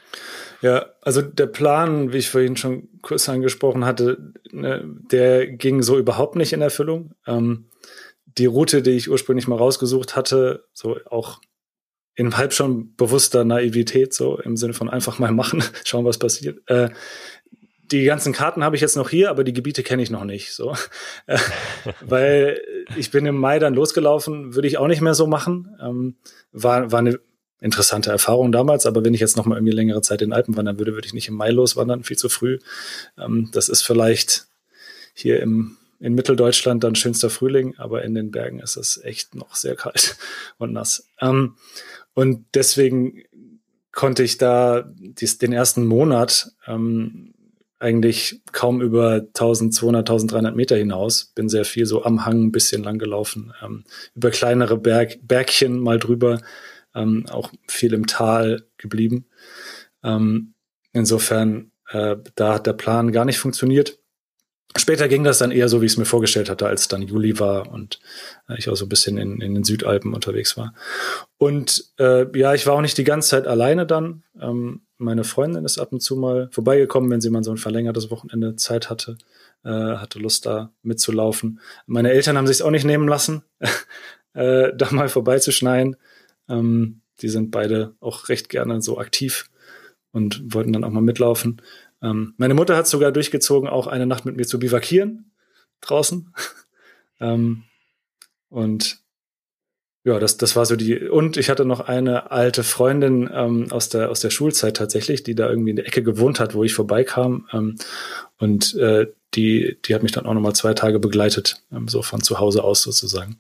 Ja, also der Plan, wie ich vorhin schon kurz angesprochen hatte, ne, der ging so überhaupt nicht in Erfüllung. Ähm, die Route, die ich ursprünglich mal rausgesucht hatte, so auch in halb schon bewusster Naivität, so im Sinne von einfach mal machen, schauen, was passiert. Äh, die ganzen Karten habe ich jetzt noch hier, aber die Gebiete kenne ich noch nicht. So, äh, weil ich bin im Mai dann losgelaufen, würde ich auch nicht mehr so machen. Ähm, war, war eine interessante Erfahrung damals, aber wenn ich jetzt noch mal irgendwie längere Zeit in den Alpen wandern würde, würde ich nicht im Mai loswandern, viel zu früh. Ähm, das ist vielleicht hier im in Mitteldeutschland dann schönster Frühling, aber in den Bergen ist es echt noch sehr kalt und nass. Ähm, und deswegen konnte ich da dies, den ersten Monat ähm, eigentlich kaum über eintausendzweihundert, eintausenddreihundert Meter hinaus. Bin sehr viel so am Hang ein bisschen lang gelaufen, ähm, über kleinere Berg, Bergchen mal drüber, ähm, auch viel im Tal geblieben. Ähm, insofern, äh, da hat der Plan gar nicht funktioniert. Später ging das dann eher so, wie ich es mir vorgestellt hatte, als dann Juli war und äh, ich auch so ein bisschen in, in den Südalpen unterwegs war. Und äh, ja, ich war auch nicht die ganze Zeit alleine dann. Ähm, meine Freundin ist ab und zu mal vorbeigekommen, wenn sie mal so ein verlängertes Wochenende Zeit hatte, äh, hatte Lust da mitzulaufen. Meine Eltern haben sich es auch nicht nehmen lassen, äh, da mal vorbeizuschneien. Ähm, die sind beide auch recht gerne so aktiv. und wollten dann auch mal mitlaufen. Ähm, meine Mutter hat sogar durchgezogen, auch eine Nacht mit mir zu bivakieren draußen. ähm, und ja, das, das war so die, und ich hatte noch eine alte Freundin ähm, aus der aus der Schulzeit tatsächlich, die da irgendwie in der Ecke gewohnt hat, wo ich vorbeikam. Ähm, und äh, die, die hat mich dann auch nochmal zwei Tage begleitet, ähm, so von zu Hause aus sozusagen.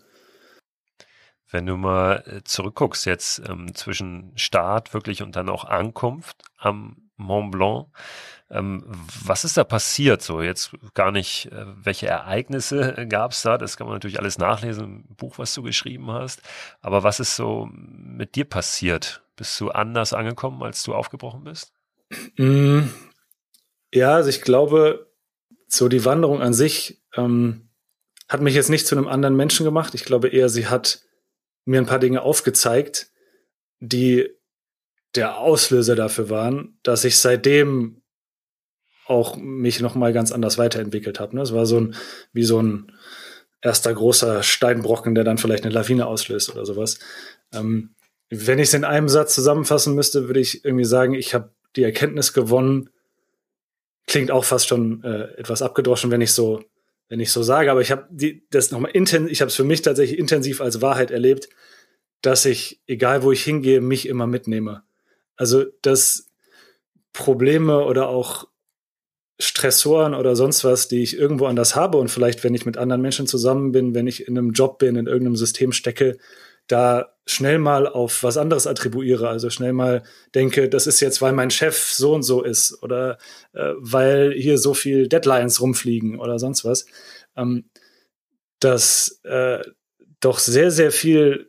Wenn du mal zurückguckst jetzt ähm, zwischen Start wirklich und dann auch Ankunft am Mont Blanc, ähm, was ist da passiert so? Jetzt gar nicht, äh, welche Ereignisse gab es da? Das kann man natürlich alles nachlesen im Buch, was du geschrieben hast. Aber was ist so mit dir passiert? Bist du anders angekommen, als du aufgebrochen bist? Mm, ja, also ich glaube, so die Wanderung an sich ähm, hat mich jetzt nicht zu einem anderen Menschen gemacht. Ich glaube eher, sie hat mir ein paar Dinge aufgezeigt, die der Auslöser dafür waren, dass ich seitdem auch mich noch mal ganz anders weiterentwickelt habe. Ne? Es war so ein, wie so ein erster großer Steinbrocken, der dann vielleicht eine Lawine auslöst oder sowas. Ähm, wenn ich es in einem Satz zusammenfassen müsste, würde ich irgendwie sagen, ich habe die Erkenntnis gewonnen. Klingt auch fast schon äh, etwas abgedroschen, wenn ich so, wenn ich so sage, aber ich habe die, das noch mal intensiv, ich habe es für mich tatsächlich intensiv als Wahrheit erlebt, dass ich, egal wo ich hingehe, mich immer mitnehme. Also, dass Probleme oder auch Stressoren oder sonst was, die ich irgendwo anders habe und vielleicht, wenn ich mit anderen Menschen zusammen bin, wenn ich in einem Job bin, in irgendeinem System stecke, da schnell mal auf was anderes attribuiere, also schnell mal denke, das ist jetzt, weil mein Chef so und so ist oder äh, weil hier so viel Deadlines rumfliegen oder sonst was, ähm, dass äh, doch sehr, sehr viel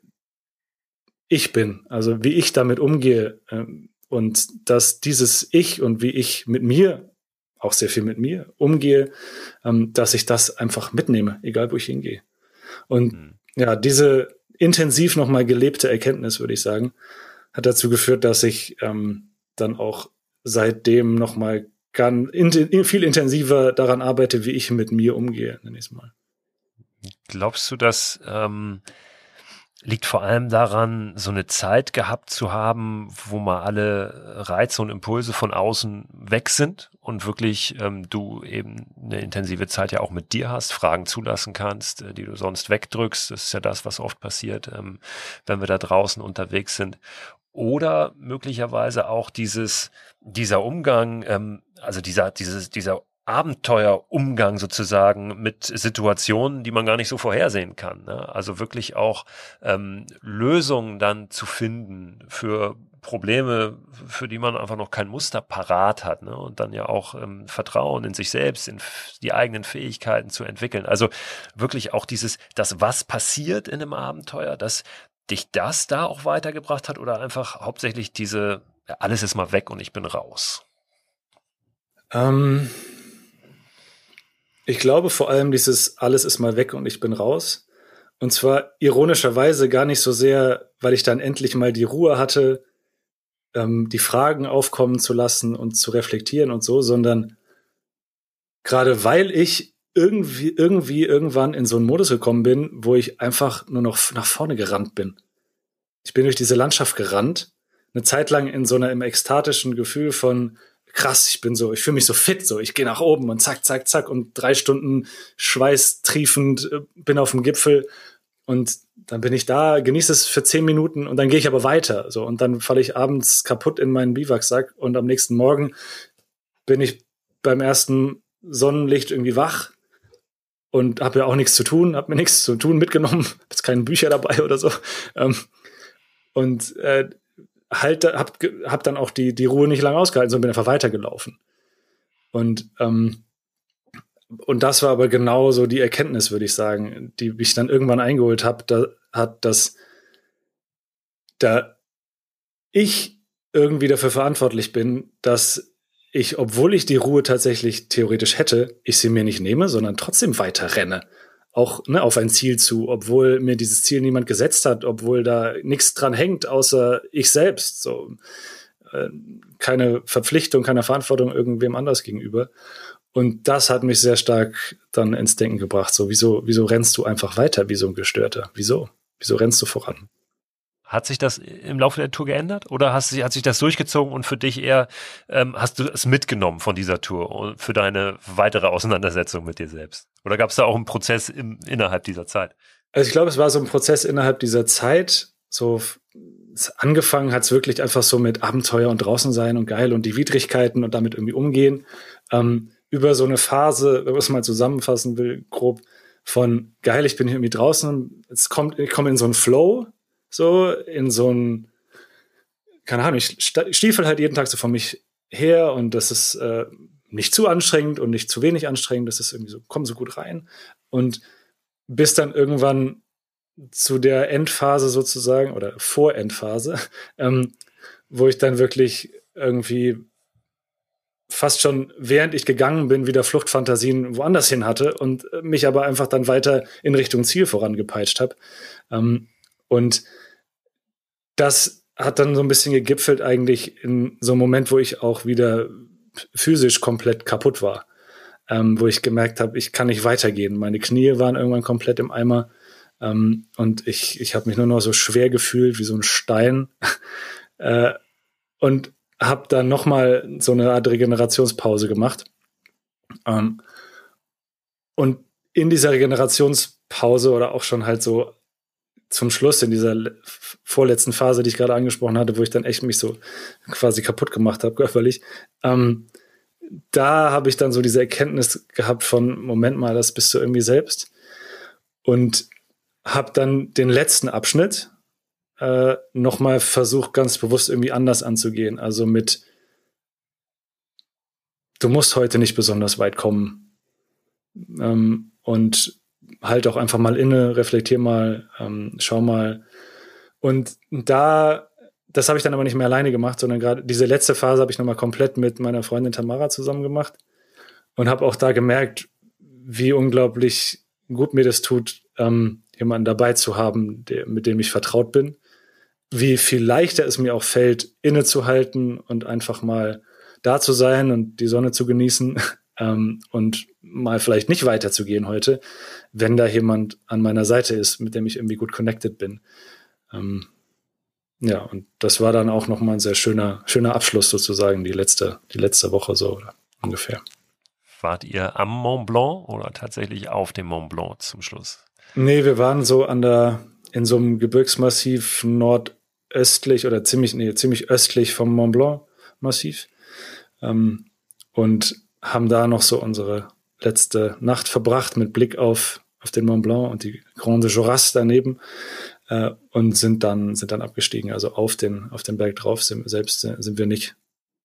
ich bin, also wie ich damit umgehe ähm, und dass dieses Ich und wie ich mit mir, auch sehr viel mit mir umgehe, ähm, dass ich das einfach mitnehme, egal wo ich hingehe. Und mhm. ja, diese intensiv nochmal gelebte Erkenntnis, würde ich sagen, hat dazu geführt, dass ich ähm, dann auch seitdem nochmal ganz in, viel intensiver daran arbeite, wie ich mit mir umgehe, nenne ich es mal. Glaubst du, dass ähm liegt vor allem daran, so eine Zeit gehabt zu haben, wo mal alle Reize und Impulse von außen weg sind und wirklich ähm, du eben eine intensive Zeit ja auch mit dir hast, Fragen zulassen kannst, äh, die du sonst wegdrückst. Das ist ja das, was oft passiert, ähm, wenn wir da draußen unterwegs sind. Oder möglicherweise auch dieses, dieser Umgang, ähm, also dieser, dieses, dieser Abenteuerumgang sozusagen mit Situationen, die man gar nicht so vorhersehen kann. Ne? Also wirklich auch ähm, Lösungen dann zu finden für Probleme, für die man einfach noch kein Muster parat hat, ne? Und dann ja auch ähm, Vertrauen in sich selbst, in f- die eigenen Fähigkeiten zu entwickeln. Also wirklich auch dieses, das was passiert in einem Abenteuer, dass dich das da auch weitergebracht hat oder einfach hauptsächlich diese, ja, alles ist mal weg und ich bin raus? Ähm Ich glaube vor allem dieses alles ist mal weg und ich bin raus. Und zwar ironischerweise gar nicht so sehr, weil ich dann endlich mal die Ruhe hatte, ähm, die Fragen aufkommen zu lassen und zu reflektieren und so, sondern gerade weil ich irgendwie, irgendwie irgendwann in so einen Modus gekommen bin, wo ich einfach nur noch nach vorne gerannt bin. Ich bin durch diese Landschaft gerannt, eine Zeit lang in so einer im ekstatischen Gefühl von krass, ich bin so, ich fühle mich so fit, so, ich gehe nach oben und zack, zack, zack und drei Stunden schweißtriefend äh, bin auf dem Gipfel und dann bin ich da, genieße es für zehn Minuten und dann gehe ich aber weiter, so, und dann falle ich abends kaputt in meinen Biwaksack und am nächsten Morgen bin ich beim ersten Sonnenlicht irgendwie wach und habe ja auch nichts zu tun, habe mir nichts zu tun mitgenommen, jetzt keine Bücher dabei oder so, ähm, und äh, halt, hab, hab dann auch die, die Ruhe nicht lange ausgehalten, sondern bin einfach weitergelaufen. Und, ähm, und das war aber genau so die Erkenntnis, würde ich sagen, die mich dann irgendwann eingeholt hab, da, hat, dass da ich irgendwie dafür verantwortlich bin, dass ich, obwohl ich die Ruhe tatsächlich theoretisch hätte, ich sie mir nicht nehme, sondern trotzdem weiter renne. Auch ne, auf ein Ziel zu, obwohl mir dieses Ziel niemand gesetzt hat, obwohl da nichts dran hängt, außer ich selbst. So äh, keine Verpflichtung, keine Verantwortung irgendwem anders gegenüber. Und das hat mich sehr stark dann ins Denken gebracht. So, wieso, wieso rennst du einfach weiter wie so ein Gestörter? Wieso? Wieso rennst du voran? Hat sich das im Laufe der Tour geändert oder hast, hat sich das durchgezogen und für dich eher, ähm, hast du es mitgenommen von dieser Tour und für deine weitere Auseinandersetzung mit dir selbst? Oder gab es da auch einen Prozess im, innerhalb dieser Zeit? Also ich glaube, es war so ein Prozess innerhalb dieser Zeit, so angefangen hat es wirklich einfach so mit Abenteuer und draußen sein und geil und die Widrigkeiten und damit irgendwie umgehen. Ähm, über so eine Phase, wenn man es mal zusammenfassen will, grob, von geil, ich bin hier irgendwie draußen, es kommt, ich komme in so einen Flow, so in so einen, keine Ahnung, ich stiefel halt jeden Tag so vor mich her und das ist äh, nicht zu anstrengend und nicht zu wenig anstrengend, das ist irgendwie so, komm so gut rein und bis dann irgendwann zu der Endphase sozusagen oder Vorendphase, ähm, wo ich dann wirklich irgendwie fast schon, während ich gegangen bin, wieder Fluchtfantasien woanders hin hatte und mich aber einfach dann weiter in Richtung Ziel vorangepeitscht habe. Ähm, und das hat dann so ein bisschen gegipfelt eigentlich in so einem Moment, wo ich auch wieder physisch komplett kaputt war. Ähm, wo ich gemerkt habe, ich kann nicht weitergehen. Meine Knie waren irgendwann komplett im Eimer. Um, und ich, ich habe mich nur noch so schwer gefühlt wie so ein Stein äh, und habe dann noch mal so eine Art Regenerationspause gemacht. Um, und in dieser Regenerationspause oder auch schon halt so zum Schluss in dieser vorletzten Phase, die ich gerade angesprochen hatte, wo ich dann echt mich so quasi kaputt gemacht habe, körperlich, ähm, da habe ich dann so diese Erkenntnis gehabt von, Moment mal, das bist du irgendwie selbst. Und habe dann den letzten Abschnitt äh, nochmal versucht, ganz bewusst irgendwie anders anzugehen. Also mit, du musst heute nicht besonders weit kommen. Ähm, und halt auch einfach mal inne, reflektier mal, ähm, schau mal. Und da, das habe ich dann aber nicht mehr alleine gemacht, sondern gerade diese letzte Phase habe ich nochmal komplett mit meiner Freundin Tamara zusammen gemacht und habe auch da gemerkt, wie unglaublich gut mir das tut, ähm, jemanden dabei zu haben, der, mit dem ich vertraut bin, wie viel leichter es mir auch fällt, innezuhalten und einfach mal da zu sein und die Sonne zu genießen ähm, und mal vielleicht nicht weiterzugehen heute, wenn da jemand an meiner Seite ist, mit dem ich irgendwie gut connected bin. Ähm, ja, und das war dann auch nochmal ein sehr schöner, schöner Abschluss sozusagen, die letzte, die letzte Woche so oder ungefähr. Wart ihr am Mont Blanc oder tatsächlich auf dem Mont Blanc zum Schluss? Nee, wir waren so an der, in so einem Gebirgsmassiv nordöstlich oder ziemlich, nee, ziemlich östlich vom Mont Blanc Massiv ähm, und haben da noch so unsere letzte Nacht verbracht mit Blick auf, auf den Mont Blanc und die Grande Jorasses daneben äh, und sind dann, sind dann abgestiegen. Also auf den, auf den Berg drauf sind, selbst sind wir nicht.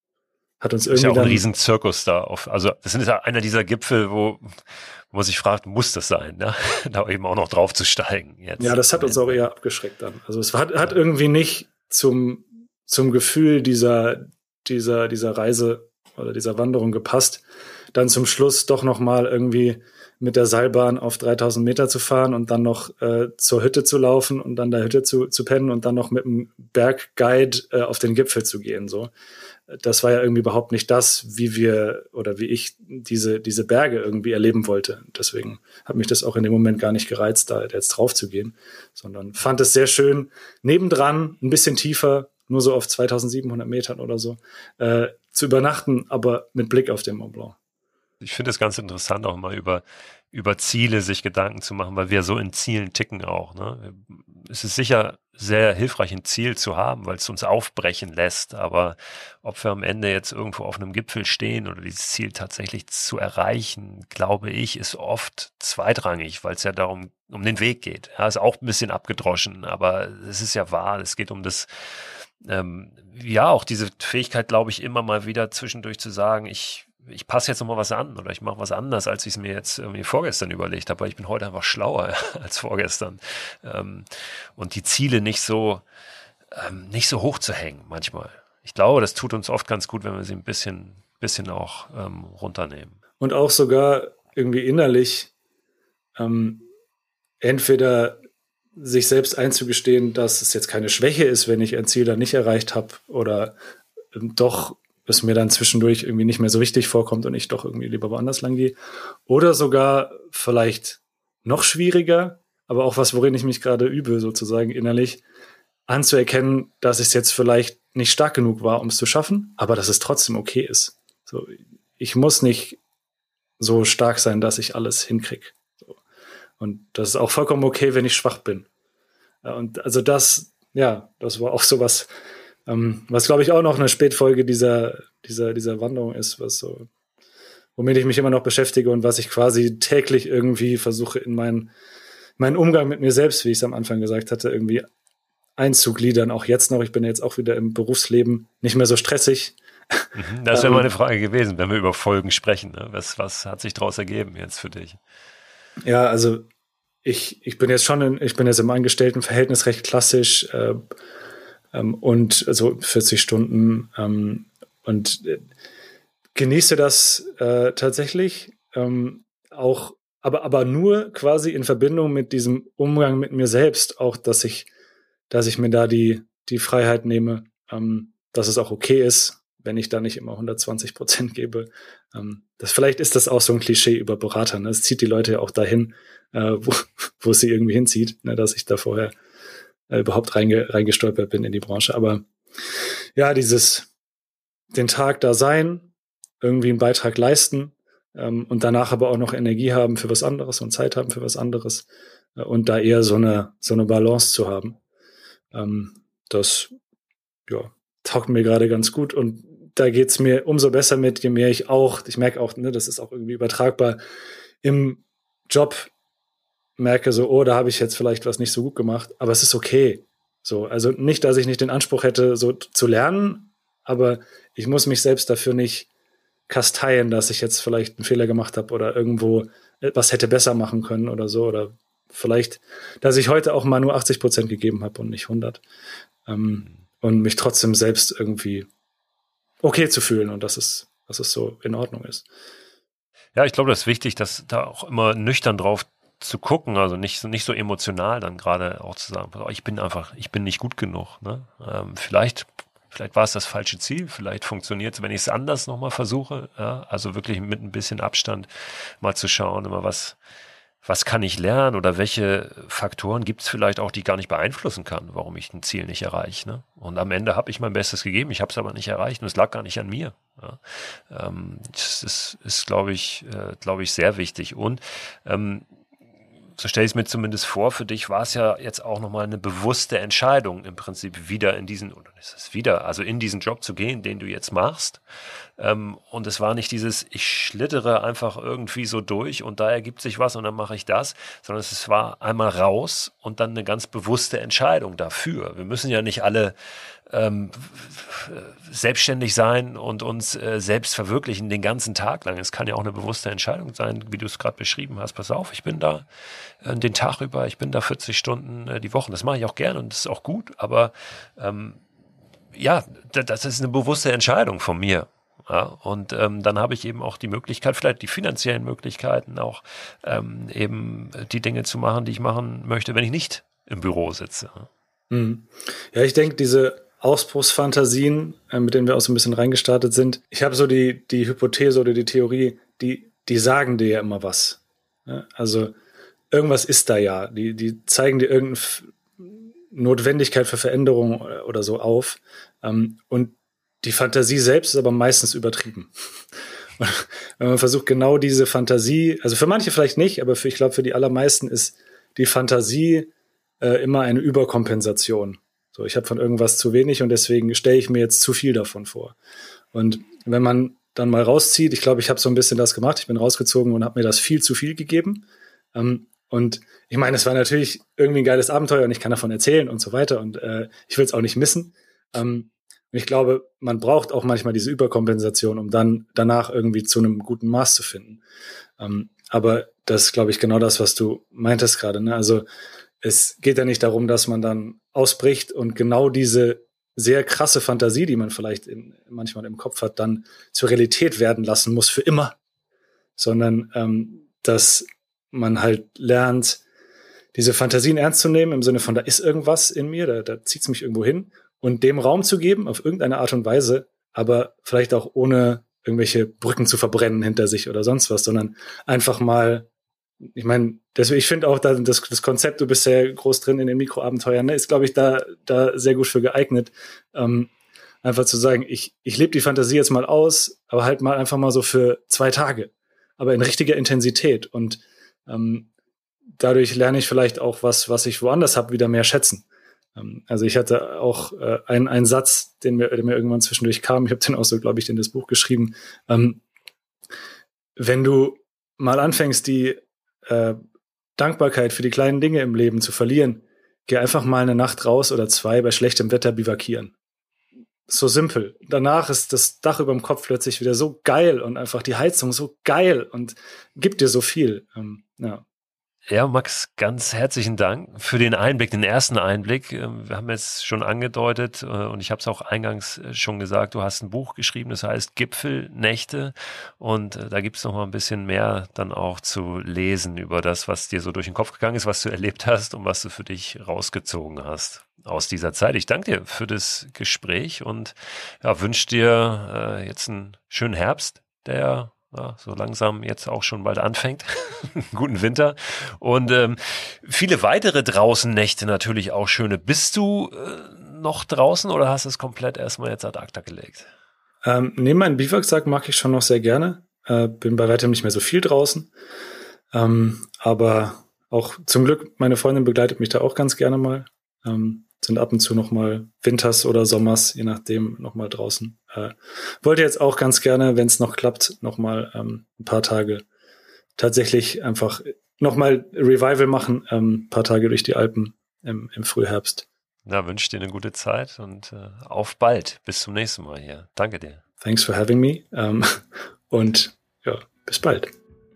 Hat uns irgendwie ist ja auch ein dann, Riesenzirkus da. Auf, also das ist ja einer dieser Gipfel, wo, wo man sich fragt, muss das sein, ne? Da eben auch noch drauf zu steigen. Jetzt. Ja, das hat uns auch eher abgeschreckt dann. Also es hat, hat irgendwie nicht zum, zum Gefühl dieser, dieser, dieser Reise oder dieser Wanderung gepasst, dann zum Schluss doch noch mal irgendwie mit der Seilbahn auf dreitausend Meter zu fahren und dann noch äh, zur Hütte zu laufen und dann der Hütte zu, zu pennen und dann noch mit dem Bergguide äh, auf den Gipfel zu gehen, so. Das war ja irgendwie überhaupt nicht das, wie wir oder wie ich diese, diese Berge irgendwie erleben wollte. Deswegen hat mich das auch in dem Moment gar nicht gereizt, da jetzt drauf zu gehen, sondern fand es sehr schön, nebendran, ein bisschen tiefer, nur so auf zweitausendsiebenhundert Metern oder so, äh, zu übernachten, aber mit Blick auf den Mont Blanc. Ich finde es ganz interessant, auch mal über, über Ziele sich Gedanken zu machen, weil wir so in Zielen ticken auch. Ne? Es ist sicher sehr hilfreich, ein Ziel zu haben, weil es uns aufbrechen lässt. Aber ob wir am Ende jetzt irgendwo auf einem Gipfel stehen oder dieses Ziel tatsächlich zu erreichen, glaube ich, ist oft zweitrangig, weil es ja darum um den Weg geht. Ja, ist auch ein bisschen abgedroschen, aber es ist ja wahr. Es geht um das, ähm, ja, auch diese Fähigkeit, glaube ich, immer mal wieder zwischendurch zu sagen, ich ich passe jetzt nochmal was an oder ich mache was anders, als ich es mir jetzt irgendwie vorgestern überlegt habe, weil ich bin heute einfach schlauer als vorgestern. Ähm, und die Ziele nicht so, ähm, nicht so hoch zu hängen manchmal. Ich glaube, das tut uns oft ganz gut, wenn wir sie ein bisschen, bisschen auch ähm, runternehmen. Und auch sogar irgendwie innerlich ähm, entweder sich selbst einzugestehen, dass es jetzt keine Schwäche ist, wenn ich ein Ziel dann nicht erreicht habe oder ähm, doch es mir dann zwischendurch irgendwie nicht mehr so wichtig vorkommt und ich doch irgendwie lieber woanders lang gehe. Oder sogar vielleicht noch schwieriger, aber auch was, worin ich mich gerade übe, sozusagen innerlich, anzuerkennen, dass ich jetzt vielleicht nicht stark genug war, um es zu schaffen, aber dass es trotzdem okay ist. So, ich muss nicht so stark sein, dass ich alles hinkriege. So. Und das ist auch vollkommen okay, wenn ich schwach bin. Und also das, ja, das war auch sowas, ähm, was glaube ich auch noch eine Spätfolge dieser, dieser, dieser Wanderung ist, was so, womit ich mich immer noch beschäftige und was ich quasi täglich irgendwie versuche in meinen, meinen Umgang mit mir selbst, wie ich es am Anfang gesagt hatte, irgendwie einzugliedern, auch jetzt noch. Ich bin jetzt auch wieder im Berufsleben nicht mehr so stressig. Das wäre ähm, meine Frage gewesen, wenn wir über Folgen sprechen. Ne? Was, was hat sich daraus ergeben jetzt für dich? Ja, also ich, ich bin jetzt schon in, ich bin jetzt im Angestelltenverhältnis recht klassisch äh, ähm, und also vierzig Stunden ähm, und äh, genieße das äh, tatsächlich ähm, auch, aber, aber nur quasi in Verbindung mit diesem Umgang mit mir selbst, auch dass ich dass ich mir da die, die Freiheit nehme, ähm, dass es auch okay ist, wenn ich da nicht immer hundertzwanzig Prozent gebe. Ähm, das, vielleicht ist das auch so ein Klischee über Berater. Ne? Es zieht die Leute ja auch dahin, äh, wo, wo es sie irgendwie hinzieht, ne? Dass ich da vorher äh, überhaupt reinge, reingestolpert bin in die Branche. Aber ja, dieses, den Tag da sein, irgendwie einen Beitrag leisten ähm, und danach aber auch noch Energie haben für was anderes und Zeit haben für was anderes äh, und da eher so eine, so eine Balance zu haben. Ähm, das ja, taugt mir gerade ganz gut und da geht's mir umso besser mit, je mehr ich auch, ich merke auch, ne, das ist auch irgendwie übertragbar, im Job merke so, oh, da habe ich jetzt vielleicht was nicht so gut gemacht, aber es ist okay. So, also nicht, dass ich nicht den Anspruch hätte, so zu lernen, aber ich muss mich selbst dafür nicht kasteien, dass ich jetzt vielleicht einen Fehler gemacht habe oder irgendwo was hätte besser machen können oder so oder vielleicht, dass ich heute auch mal nur achtzig Prozent gegeben habe und nicht hundert. Ähm, und mich trotzdem selbst irgendwie okay zu fühlen und dass es, dass es so in Ordnung ist. Ja, ich glaube, das ist wichtig, dass da auch immer nüchtern drauf zu gucken, also nicht, nicht so emotional dann gerade auch zu sagen, ich bin einfach, ich bin nicht gut genug. Ne? Ähm, vielleicht, vielleicht war es das falsche Ziel, vielleicht funktioniert es, wenn ich es anders nochmal versuche. Ja? Also wirklich mit ein bisschen Abstand mal zu schauen, immer was Was kann ich lernen oder welche Faktoren gibt es vielleicht auch, die ich gar nicht beeinflussen kann, warum ich ein Ziel nicht erreiche. Ne? Und am Ende habe ich mein Bestes gegeben, ich habe es aber nicht erreicht und es lag gar nicht an mir. Ja? Ähm, das ist, ist glaube ich, äh, glaube ich, sehr wichtig. Und ähm, so stelle ich es mir zumindest vor, für dich war es ja jetzt auch nochmal eine bewusste Entscheidung, im Prinzip wieder in diesen, oder ist es wieder, also in diesen Job zu gehen, den du jetzt machst. Ähm, und es war nicht dieses, ich schlittere einfach irgendwie so durch und da ergibt sich was und dann mache ich das, sondern es war einmal raus und dann eine ganz bewusste Entscheidung dafür. Wir müssen ja nicht alle ähm, selbstständig sein und uns äh, selbst verwirklichen den ganzen Tag lang. Es kann ja auch eine bewusste Entscheidung sein, wie du es gerade beschrieben hast. Pass auf, ich bin da äh, den Tag über, ich bin da vierzig Stunden äh, die Woche. Das mache ich auch gerne und das ist auch gut, aber ähm, ja, das ist eine bewusste Entscheidung von mir. Ja, und ähm, dann habe ich eben auch die Möglichkeit, vielleicht die finanziellen Möglichkeiten auch ähm, eben die Dinge zu machen, die ich machen möchte, wenn ich nicht im Büro sitze. Mhm. Ja, ich denke, diese Ausbruchsfantasien, äh, mit denen wir auch so ein bisschen reingestartet sind, ich habe so die, die Hypothese oder die Theorie, die, die sagen dir ja immer was. Ja, also irgendwas ist da ja. Die, die zeigen dir irgendeine F- Notwendigkeit für Veränderung oder, oder so auf. Ähm, und die Fantasie selbst ist aber meistens übertrieben. Wenn man versucht, genau diese Fantasie, also für manche vielleicht nicht, aber für, ich glaube, für die allermeisten ist die Fantasie äh, immer eine Überkompensation. So, ich habe von irgendwas zu wenig und deswegen stelle ich mir jetzt zu viel davon vor. Und wenn man dann mal rauszieht, ich glaube, ich habe so ein bisschen das gemacht, ich bin rausgezogen und habe mir das viel zu viel gegeben. Ähm, und ich meine, es war natürlich irgendwie ein geiles Abenteuer und ich kann davon erzählen und so weiter und äh, ich will es auch nicht missen. Ähm, Und ich glaube, man braucht auch manchmal diese Überkompensation, um dann danach irgendwie zu einem guten Maß zu finden. Ähm, aber das ist, glaube ich, genau das, was du meintest gerade. Ne? Also es geht ja nicht darum, dass man dann ausbricht und genau diese sehr krasse Fantasie, die man vielleicht in, manchmal im Kopf hat, dann zur Realität werden lassen muss für immer, sondern ähm, dass man halt lernt, diese Fantasien ernst zu nehmen, im Sinne von, da ist irgendwas in mir, da, da zieht es mich irgendwo hin und dem Raum zu geben, auf irgendeine Art und Weise, aber vielleicht auch ohne irgendwelche Brücken zu verbrennen hinter sich oder sonst was, sondern einfach mal ich meine, deswegen, ich finde auch, da, das, das Konzept, du bist sehr groß drin in den Mikroabenteuern, ne, ist, glaube ich, da, da sehr gut für geeignet. Ähm, einfach zu sagen, ich, ich lebe die Fantasie jetzt mal aus, aber halt mal einfach mal so für zwei Tage, aber in richtiger Intensität. Und ähm, dadurch lerne ich vielleicht auch was, was ich woanders habe, wieder mehr schätzen. Ähm, also ich hatte auch äh, einen, einen Satz, den mir, der mir irgendwann zwischendurch kam, ich habe den auch so, glaube ich, in das Buch geschrieben. Ähm, wenn du mal anfängst, die äh, Dankbarkeit für die kleinen Dinge im Leben zu verlieren, geh einfach mal eine Nacht raus oder zwei bei schlechtem Wetter bivakieren. So simpel. Danach ist das Dach über dem Kopf plötzlich wieder so geil und einfach die Heizung so geil und gibt dir so viel. Ähm, ja. Ja, Max, ganz herzlichen Dank für den Einblick, den ersten Einblick. Wir haben jetzt schon angedeutet und ich habe es auch eingangs schon gesagt, du hast ein Buch geschrieben, das heißt Gipfelnächte und da gibt es noch mal ein bisschen mehr dann auch zu lesen über das, was dir so durch den Kopf gegangen ist, was du erlebt hast und was du für dich rausgezogen hast aus dieser Zeit. Ich danke dir für das Gespräch und ja, wünsche dir äh, jetzt einen schönen Herbst, der ja, so langsam jetzt auch schon bald anfängt. Guten Winter. Und ähm, viele weitere Draußen-Nächte natürlich auch schöne. Bist du äh, noch draußen oder hast du es komplett erstmal jetzt ad acta gelegt? Ähm, neben meinem Biwaksack mag ich schon noch sehr gerne. Äh, bin bei weitem nicht mehr so viel draußen. Ähm, aber auch zum Glück, meine Freundin begleitet mich da auch ganz gerne mal. Ähm, sind ab und zu noch mal winters oder sommers, je nachdem, noch mal draußen. Äh, wollte jetzt auch ganz gerne, wenn es noch klappt, noch mal ähm, ein paar Tage tatsächlich einfach noch mal Revival machen, ähm, ein paar Tage durch die Alpen im, im Frühherbst. Na, wünsche dir eine gute Zeit und äh, auf bald. Bis zum nächsten Mal hier. Danke dir. Thanks for having me. Ähm, und ja, bis bald.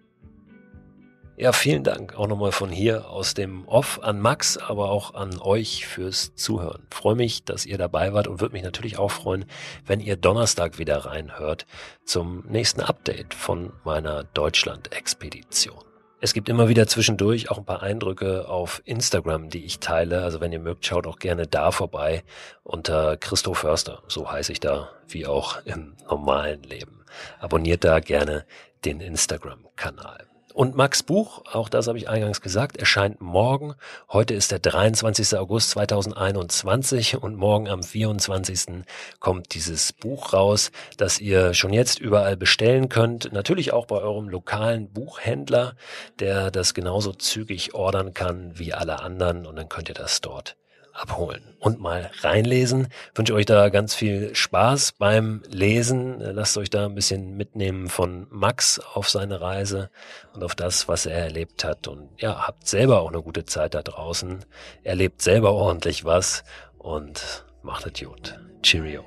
Ja, vielen Dank auch nochmal von hier aus dem Off an Max, aber auch an euch fürs Zuhören. Freue mich, dass ihr dabei wart und würde mich natürlich auch freuen, wenn ihr Donnerstag wieder reinhört zum nächsten Update von meiner Deutschland-Expedition. Es gibt immer wieder zwischendurch auch ein paar Eindrücke auf Instagram, die ich teile. Also wenn ihr mögt, schaut auch gerne da vorbei unter Christo Förster. So heiße ich da, wie auch im normalen Leben. Abonniert da gerne den Instagram-Kanal. Und Max' Buch, auch das habe ich eingangs gesagt, erscheint morgen. Heute ist der dreiundzwanzigster August zweitausendeinundzwanzig und morgen am vierundzwanzigsten kommt dieses Buch raus, das ihr schon jetzt überall bestellen könnt. Natürlich auch bei eurem lokalen Buchhändler, der das genauso zügig ordern kann wie alle anderen und dann könnt ihr das dort abholen und mal reinlesen. Ich wünsche euch da ganz viel Spaß beim Lesen. Lasst euch da ein bisschen mitnehmen von Max auf seine Reise und auf das, was er erlebt hat. Und ja, habt selber auch eine gute Zeit da draußen. Erlebt selber ordentlich was und macht es gut. Cheerio.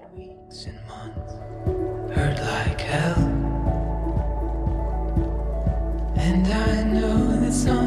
Hurt like hell. And I know that